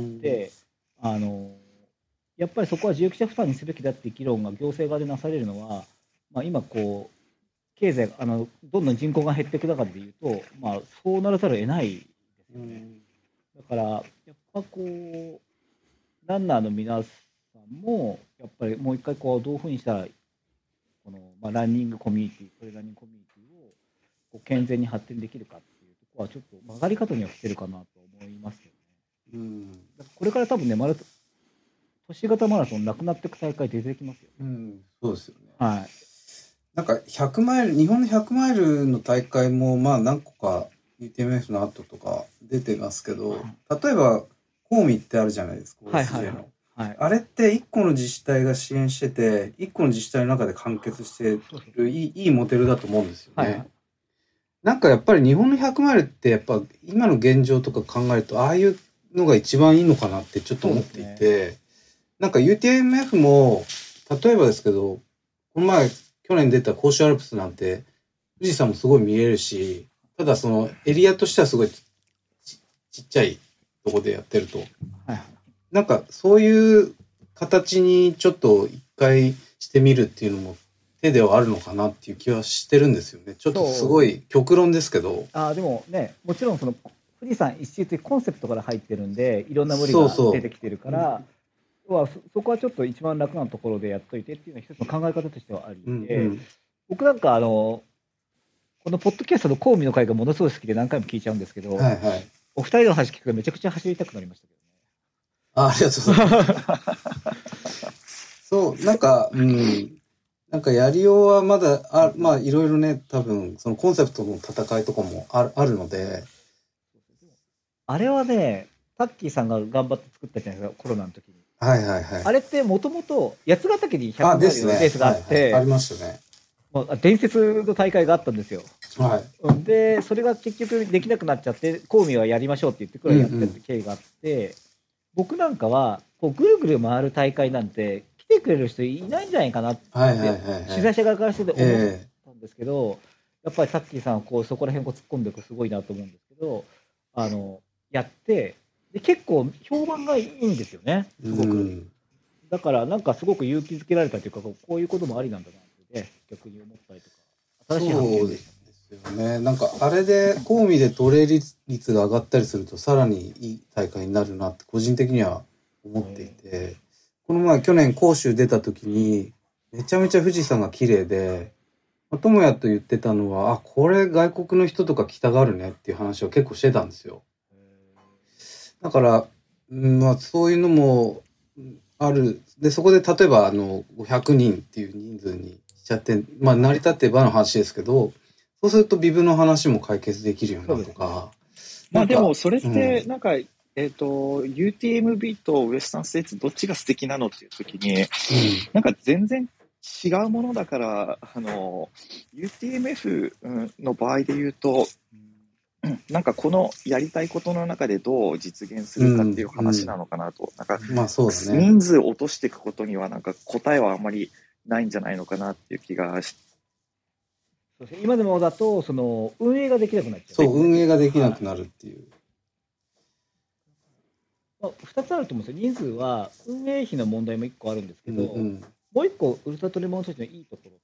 やっぱりそこは自由記者負担にすべきだっていう議論が行政側でなされるのは、今経済どんどん人口が減っていく中でいうと、そうならざるを得ないですよね。だからやっぱランナーの皆さんもやっぱりもう一回どういうふうにしたらランニングコミュニティ、トレーラーニングコミュニティを健全に発展できるかっていうところはちょっと曲がり方には来てるかなと思いますけどね。これから多分ね、都市型マラソンなくなっていく大会出てきますよね。 そうですよね。 はい。 なんか100マイル、日本の100マイルの大会も何個か UTMF の後とか出てますけど、例えばコーミってあるじゃないですか、OSJ の。あれって1個の自治体が支援してて、1個の自治体の中で完結してるいいモデルだと思うんですよね。なんかやっぱり日本の100マイルってやっぱ今の現状とか考えると、ああいうのが一番いいのかなってちょっと思っていて、なんか UTMF も、例えばですけど、この前、去年出た甲州アルプスなんて、富士山もすごい見えるし、ただそのエリアとしてはすごいちっちゃいとこでやってると。なんかそういう形にちょっと一回してみるっていうのも手ではあるのかなっていう気はしてるんですよね。ちょっとすごい極論ですけど。 でもね、もちろんその富士山一周というコンセプトから入ってるんで、いろんな無理が出てきてるから、そこはちょっと一番楽なところでやっといてっていうのは一つの考え方としてはありで、僕なんかこのポッドキャストのコーミの会がものすごい好きで何回も聞いちゃうんですけど、お二人の話聞くとめちゃくちゃ走りたくなりましたけどね。 ありがとうございます。そう、なんかやりようはまだいろいろね、多分そのコンセプトの戦いとかもあるので、 あれはね、タッキーさんが頑張って作ったじゃないですか、コロナの時に。 あれってもともと八ヶ岳に100マイルのレースがあって、 ありましたね。 伝説の大会があったんですよ。で、それが結局できなくなっちゃって、コーミはやりましょうって言ってくらいやってる経緯があって、僕なんかはぐるぐる回る大会なんて来てくれる人いないんじゃないかなって、取材者側からして思ったんですけど、やっぱりタッキーさんはそこら辺突っ込んでいくすごいなと思うんですけど、やってで結構評判がいいんですよね、すごく。だからなんかすごく勇気づけられたというか、こういうこともありなんだなって逆に思ったりとか、新しい発見でしたね。 そうですよね。なんかあれでコーミでトレー率が上がったりするとさらにいい大会になるなって個人的には思っていて、この前去年甲州出た時にめちゃめちゃ富士山が綺麗で、友也と言ってたのは、これ外国の人とか来たがるねっていう話を結構してたんですよ。だから、そういうのもある。で、そこで例えば500人っていう人数にしちゃって、成り立ってばの話ですけど、そうするとビブの話も解決できるようになるとか。 でもそれってなんか、UTMB とウエスタンステーツどっちが素敵なのっていう時に、なんか全然違うものだから、UTMF の場合で言うと、なんかこのやりたいことの中でどう実現するかっていう話なのかなと。なんか、 まあそうだね。 人数を落としていくことにはなんか答えはあまりないんじゃないのかなっていう気がしそうですね、今でもだと、その運営ができなくなっちゃう。 そう、運営ができなくなるっていう。 まあ、2つあると思うんですよ。人数は運営費の問題も1個あるんですけど、もう1個ウルトラトレモン装置のいいところって、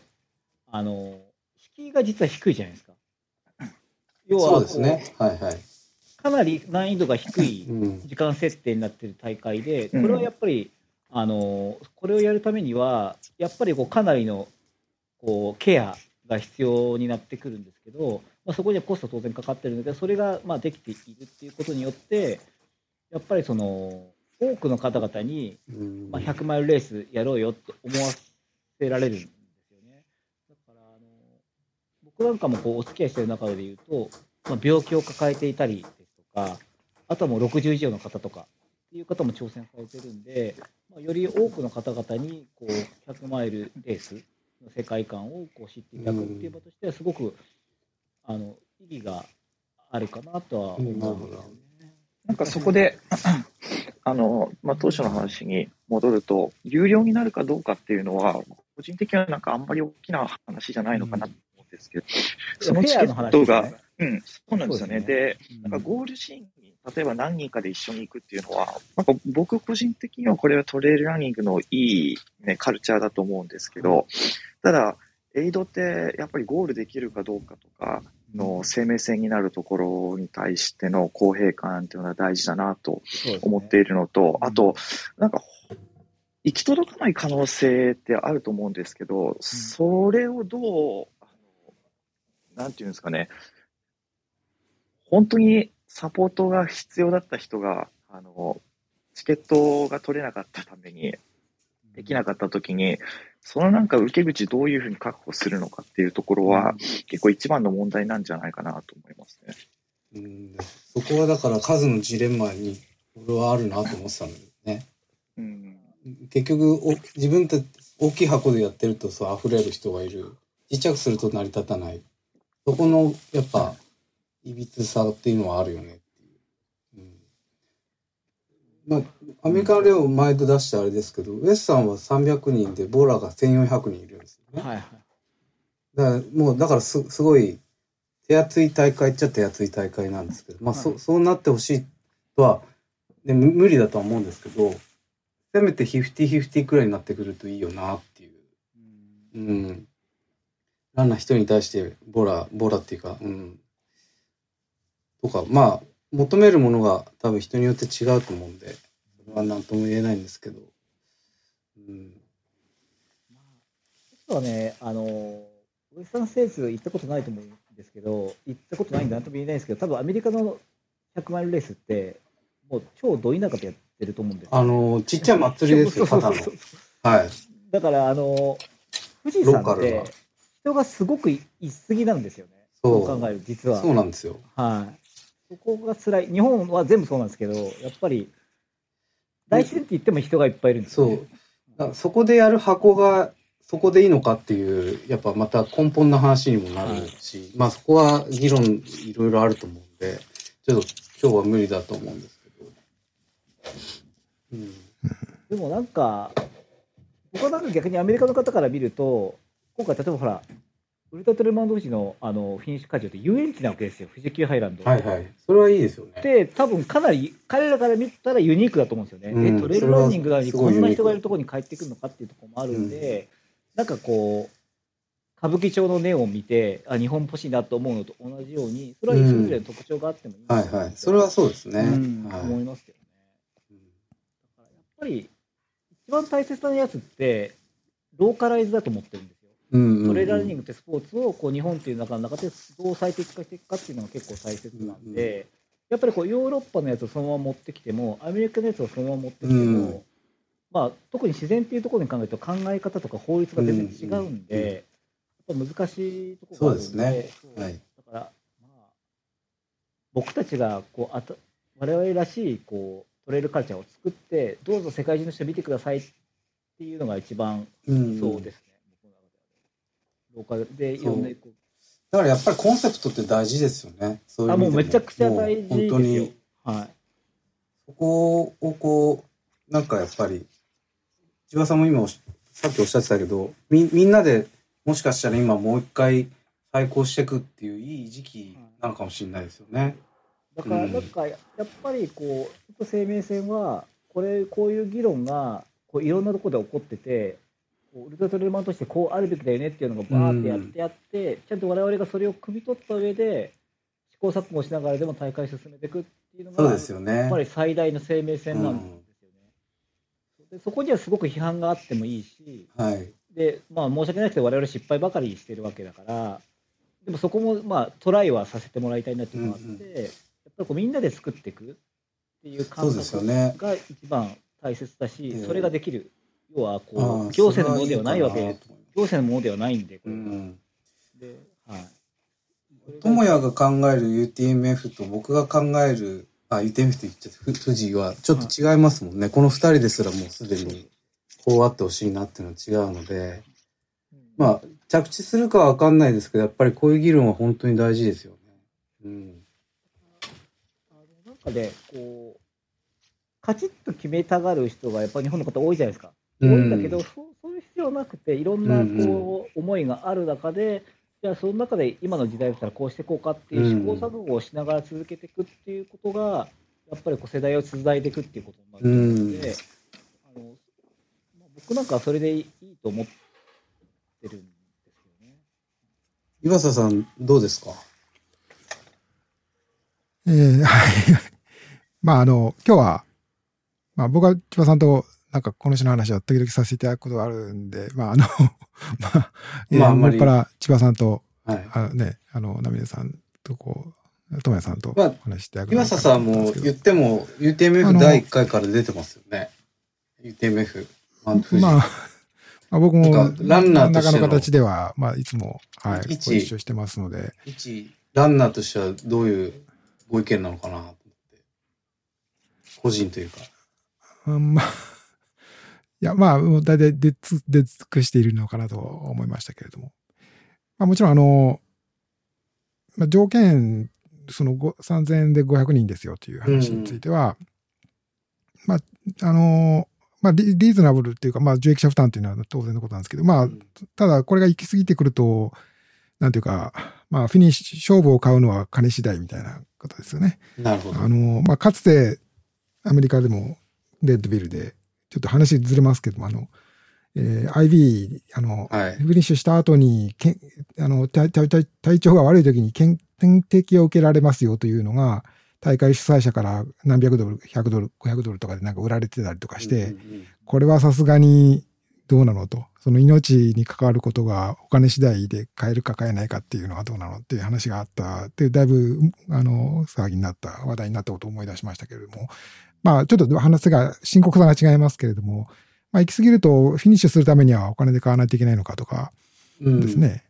敷居が実は低いじゃないですか。要はそうですね。はいはい。 かなり難易度が低い時間設定になっている大会で、これはやっぱり、これをやるためには、やっぱりかなりのケアが必要になってくるんですけど、まあ、そこにはコスト当然かかってるんだけど、それがまあできているっていうことによって、やっぱり多くの方々に、まあ、100マイルレースやろうよって思わせられるんですよね。だから僕なんかもお付き合いしている中でいうと、まあ、病気を抱えていたりですとか、あとはもう60以上の方とかっていう方も挑戦されてるんで、まあ、より多くの方々に100マイルレースの世界観を知っていただくっていう場としてはすごく意義があるかなとは思うんですよね。 なんかそこでまあ、当初の話に戻ると、有料になるかどうかっていうのは、個人的にはなんかあんまり大きな話じゃないのかなと思うんですけど、そのチケットが、そうなんですよね。で、なんかゴールシーンに、例えば何人かで一緒に行くっていうのは、なんか僕個人的にはこれはトレイルランニングのいい、ね、カルチャーだと思うんですけど、ただ、エイドってやっぱりゴールできるかどうかとかの生命線になるところに対しての公平感っていうのは大事だなと思っているのと、あと、なんか、行き届かない可能性ってあると思うんですけど、それをどう、なんていうんですかね、本当にサポートが必要だった人が、チケットが取れなかったために、できなかったときに、そのなんか受け口どういうふうに確保するのかっていうところは、結構一番の問題なんじゃないかなと思いますね。 そこはだから数のジレンマに俺はあるなと思ってたんだけどね。結局自分って大きい箱でやってるとそう溢れる人がいる。ちっちゃくすると成り立たない。そこのやっぱいびつさっていうのはあるよねっていう。まあ、アメリカの例を前で出してあれですけど、ウエスさんは300人でボーラーが1400人いるんですよね。はいはい。だからすごい手厚い大会っちゃ手厚い大会なんですけど、まあそうなってほしいとは、ね、無理だとは思うんですけど、せめて50-50くらいになってくるといいよなっていう。ランナー一人に対してボラっていうか、とか、まあ、求めるものが多分人によって違うと思うんで、それは何とも言えないんですけど。 実はね、ウエスタンステーツ行ったことないと思うんですけど、行ったことないんで何とも言えないですけど、多分アメリカの100マイルレースって、もう超ど田舎でやってると思うんですよ、ね。 ちっちゃい祭りですよ、ただの。はい。 だから、富士山って、人がすごくいすぎなんですよね。そう考える、実は。 そうなんですよ。 はい。そこが辛い。日本は全部そうなんですけど、やっぱり、大自然って言っても人がいっぱいいるんですよ、ね。 そう。そこでやる箱が、そこでいいのかっていう、やっぱまた根本な話にもなるし、まあそこは議論いろいろあると思うんで、ちょっと今日は無理だと思うんですけど。 でもなんか、僕はなんか逆にアメリカの方から見ると、今回例えばほら、ウルトラトレマン同士のフィニッシュ会場って遊園地なわけですよ、富士急ハイランド。 はいはい。それはいいですよね。 で、多分かなり彼らから見たらユニークだと思うんですよね。トレイルランニングなのにこんな人がいるところに帰ってくるのかっていうところもあるんで、なんか歌舞伎町のネオンを見て、日本っぽしいなと思うのと同じように、それはそれぞれの特徴があってもいいんはいはい。それはそうですね。 思いますけどね。だからやっぱり、一番大切なやつって、ローカライズだと思ってるんですよ。トレイルランニングってスポーツを日本っていう中でどう最適化していくかっていうのが結構大切なんで、やっぱりヨーロッパのやつをそのまま持ってきても、アメリカのやつをそのまま持ってきても、まあ、特に自然っていうところに考えると考え方とか法律が全然違うんで、やっぱ難しいところがあるんで、 そうですね。はい、 だから、まあ、僕たちが我々らしいトレイルカルチャーを作って、どうぞ世界中の人見てくださいってっていうのが一番そうですね、僕の中では。ローカルでいろんな。 だからやっぱりコンセプトって大事ですよね。そういう意味でも。 もうめちゃくちゃ大事ですよ。本当に。はい。 そこをこう、なんかやっぱり、千葉さんも今さっきおっしゃってたけど、みんなでもしかしたら今もう一回再興していくっていういい時期なのかもしれないですよね。 だからやっぱりこう、生命線は、こういう議論がこういろんなところで起こってて、ウルトラトレーマンとしてこうあるべきだよねっていうのがバーってやって、ちゃんと我々がそれを汲み取った上で試行錯誤しながらでも大会進めていくっていうのが、 そうですよね、 やっぱり最大の生命線なんですよね。でそこにはすごく批判があってもいいし、 はい、 で申し訳ないけど我々失敗ばかりしてるわけだから、でもそこもトライはさせてもらいたいなっていうのがあって、やっぱりこうみんなで作っていくっていう感覚が一番大切だし、それができる。要はこう行政のものではないわけで、行政のものではないんで、これで、はい。 智也が考える UTMF と僕が考える、UTMF って言っちゃって、富士はちょっと違いますもんね。この2人ですらもうすでにこうあってほしいなっていうのは違うので、着地するかは分かんないですけど、やっぱりこういう議論は本当に大事ですよね。 なんかね、こうカチッと決めたがる人がやっぱり日本の方多いじゃないですか。多いんだけど、そういう必要なくて、いろんな思いがある中で、じゃあその中で今の時代だったらこうしていこうかっていう試行錯誤をしながら続けていくっていうことが、やっぱり世代をつないでいくっていうことになるので、僕なんかはそれでいいと思ってるんですよね。 岩佐さんどうですか？ はい。今日は僕は千葉さんとなんかこの人の話は時々させていただくことがあるんで、もっぱら千葉さんと、ナミネさんと智也さんと話していただく。 岩佐さんも言っても UTMF 第1回から出てますよね。UTMF。 僕もランナーとしての形では、いつも、ご一緒してますので。 一ランナーとしてはどういうご意見なのかなと思って。個人というか。 大体出尽くしているのかなと思いましたけれども。もちろん条件、3000円で500人ですよという話については、リーズナブルっていうか、受益者負担っていうのは当然のことなんですけど、ただこれが行き過ぎてくると、なんていうか、フィニッシュ、勝負を買うのは金次第みたいなことですよね。 なるほど。 かつてアメリカでもレッドビルで、ちょっと話ずれますけども、IB、フィニッシュした後に、体調が悪い時に点滴を受けられますよというのが、大会主催者から何百ドル、100ドル、500ドルとかでなんか売られてたりとかして、これはさすがにどうなのと、その命に関わることがお金次第で買えるか買えないかっていうのはどうなのっていう話があったって、だいぶ、騒ぎになった、話題になったことを思い出しましたけれども、ちょっと話が、深刻さが違いますけれども、行き過ぎるとフィニッシュするためにはお金で買わないといけないのかとかですね、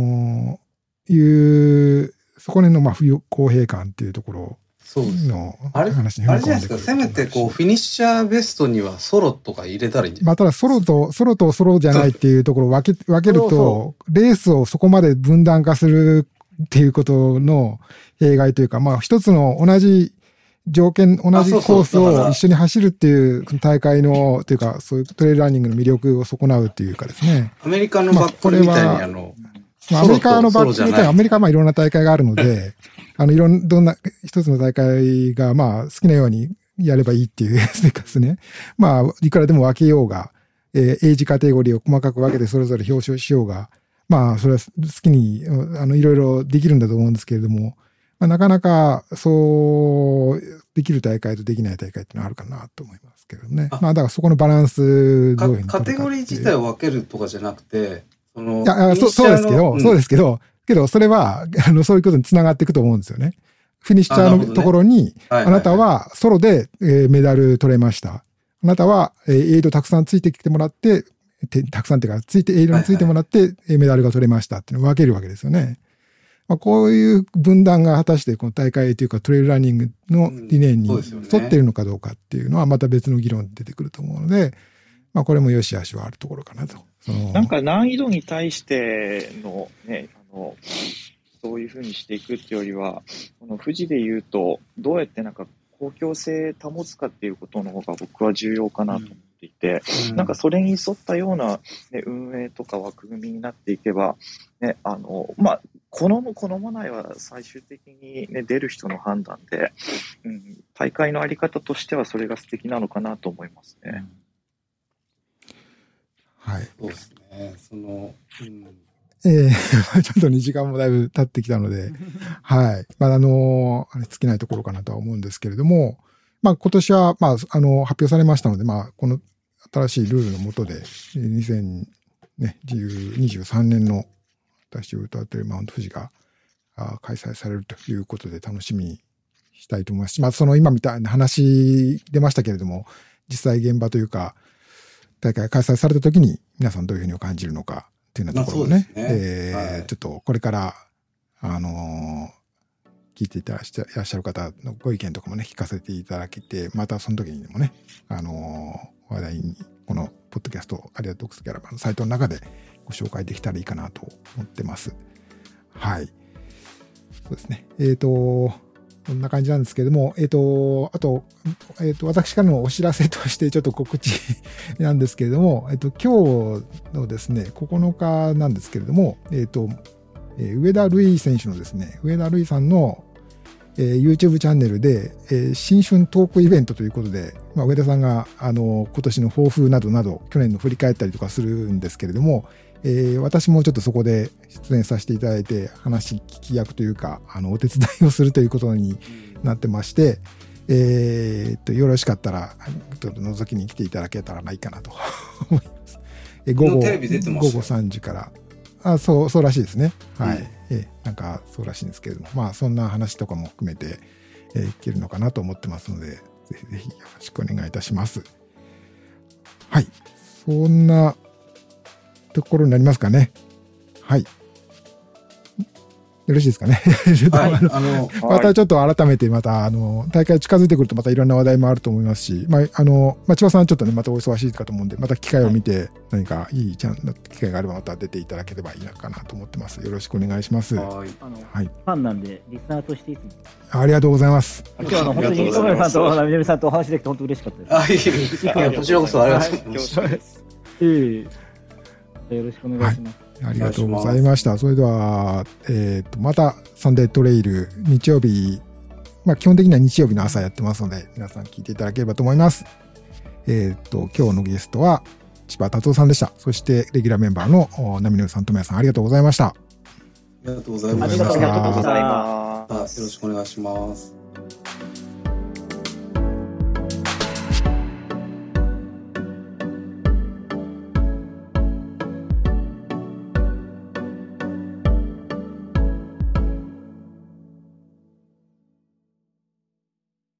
そこの不公平感っていうところの話にあれじゃないですか、せめてフィニッシャーベストにはソロとか入れたらいいんじゃないですか。 ただソロとソロじゃないっていうところを分けると、レースをそこまで分断化するっていうことの弊害というか、一つの同じ条件、同じコースを一緒に走るっていう大会の、というか、そういうトレイルランニングの魅力を損なうっていうかですね。 アメリカのバックみたいにアメリカのバックみたいにアメリカはいろんな大会があるので、どんな一つの大会が好きなようにやればいいっていうやつですね。いくらでも分けようが、エイジカテゴリーを細かく分けてそれぞれ表彰しようが、それは好きに、いろいろできるんだと思うんですけれども、なかなか、そうできる大会とできない大会ってのはあるかなと思いますけどね。だからそこのバランスどういうふうにカテゴリー自体を分けるとかじゃなくて、 そうですけど、それは、そういうことにつながっていくと思うんですよね。フィニッシャーのところに、あなたはソロでメダル取れました。あなたはエイドたくさんついてきてもらって、たくさんっていうか、エイドについてもらってメダルが取れましたっていうのを分けるわけですよね。こういう分断が果たしてこの大会というかトレイルランニングの理念に沿っているのかどうかっていうのはまた別の議論に出てくると思うので、 まあこれも良し悪しはあるところかなと。 なんか難易度に対してのね、そういうふうにしていくっていうよりは、この富士で言うと、どうやってなんか公共性保つかっていうことの方が僕は重要かなと思っていて、なんかそれに沿ったような、ね、運営とか枠組みになっていけば、ね、まあ、好まないは最終的に、ね、出る人の判断で、大会のあり方としてはそれが素敵なのかなと思いますね。 はい。 そうですね。 ちょっと2時間もだいぶ経ってきたので、はい。まあ、尽きないところかなとは思うんですけれども、まあ、今年は、まあ、発表されましたので、まあ、この新しいルールの下で、2023年の新しいウルトラトレイルマウント富士が開催されるということで楽しみにしたいと思いますし、まあ、今みたいな話出ましたけれども、実際現場というか、大会開催された時に皆さんどういうふうに感じるのかっていうようなところをね、ちょっとこれから、聞いていらっしゃる方のご意見とかもね、聞かせていただけて、またその時にもね、話題に、このポッドキャスト、あるいはドクスキャラバンのサイトの中でご紹介できたらいいかなと思ってます。はい。そうですね。こんな感じなんですけれども、あと、私からのお知らせとしてちょっと告知なんですけれども、今日のですね、9日なんですけれども、上田瑠衣選手のですね、上田瑠衣さんの、YouTube チャンネルで、新春トークイベントということで、まあ、上田さんが、今年の抱負などなど、去年の振り返ったりとかするんですけれども、私もちょっとそこで出演させていただいて、話聞き役というか、お手伝いをするということになってまして、よろしかったら、ちょっと覗きに来ていただけたらないかなと思います。午後3時から。そうらしいですね。はい。なんかそうらしいんですけれども、まあそんな話とかも含めて、いけるのかなと思ってますので、ぜひぜひよろしくお願いいたします。はい。そんなところになりますかね。はい。よろしいですかね。またちょっと改めてまた、大会近づいてくるとまたいろんな話題もあると思いますし、まあ、千葉さんちょっとね、またお忙しいかと思うんで、また機会を見て、何かいい機会があればまた出ていただければいいのかなと思ってます。よろしくお願いします。はい。ファンなんで、リスナーとしていつも。 ありがとうございます。 今日本当に磯村さんと南さんとお話できて本当嬉しかったです。 こちらこそありがとうございます。 よろしくお願いします。 ありがとうございました。それでは、またサンデートレイル、日曜日、まあ基本的には日曜日の朝やってますので、皆さん聞いていただければと思います。今日のゲストは千葉達夫さんでした。そしてレギュラーメンバーの波野さん、ともやさん、ありがとうございました。 ありがとうございました。 ありがとうございます。 よろしくお願いします。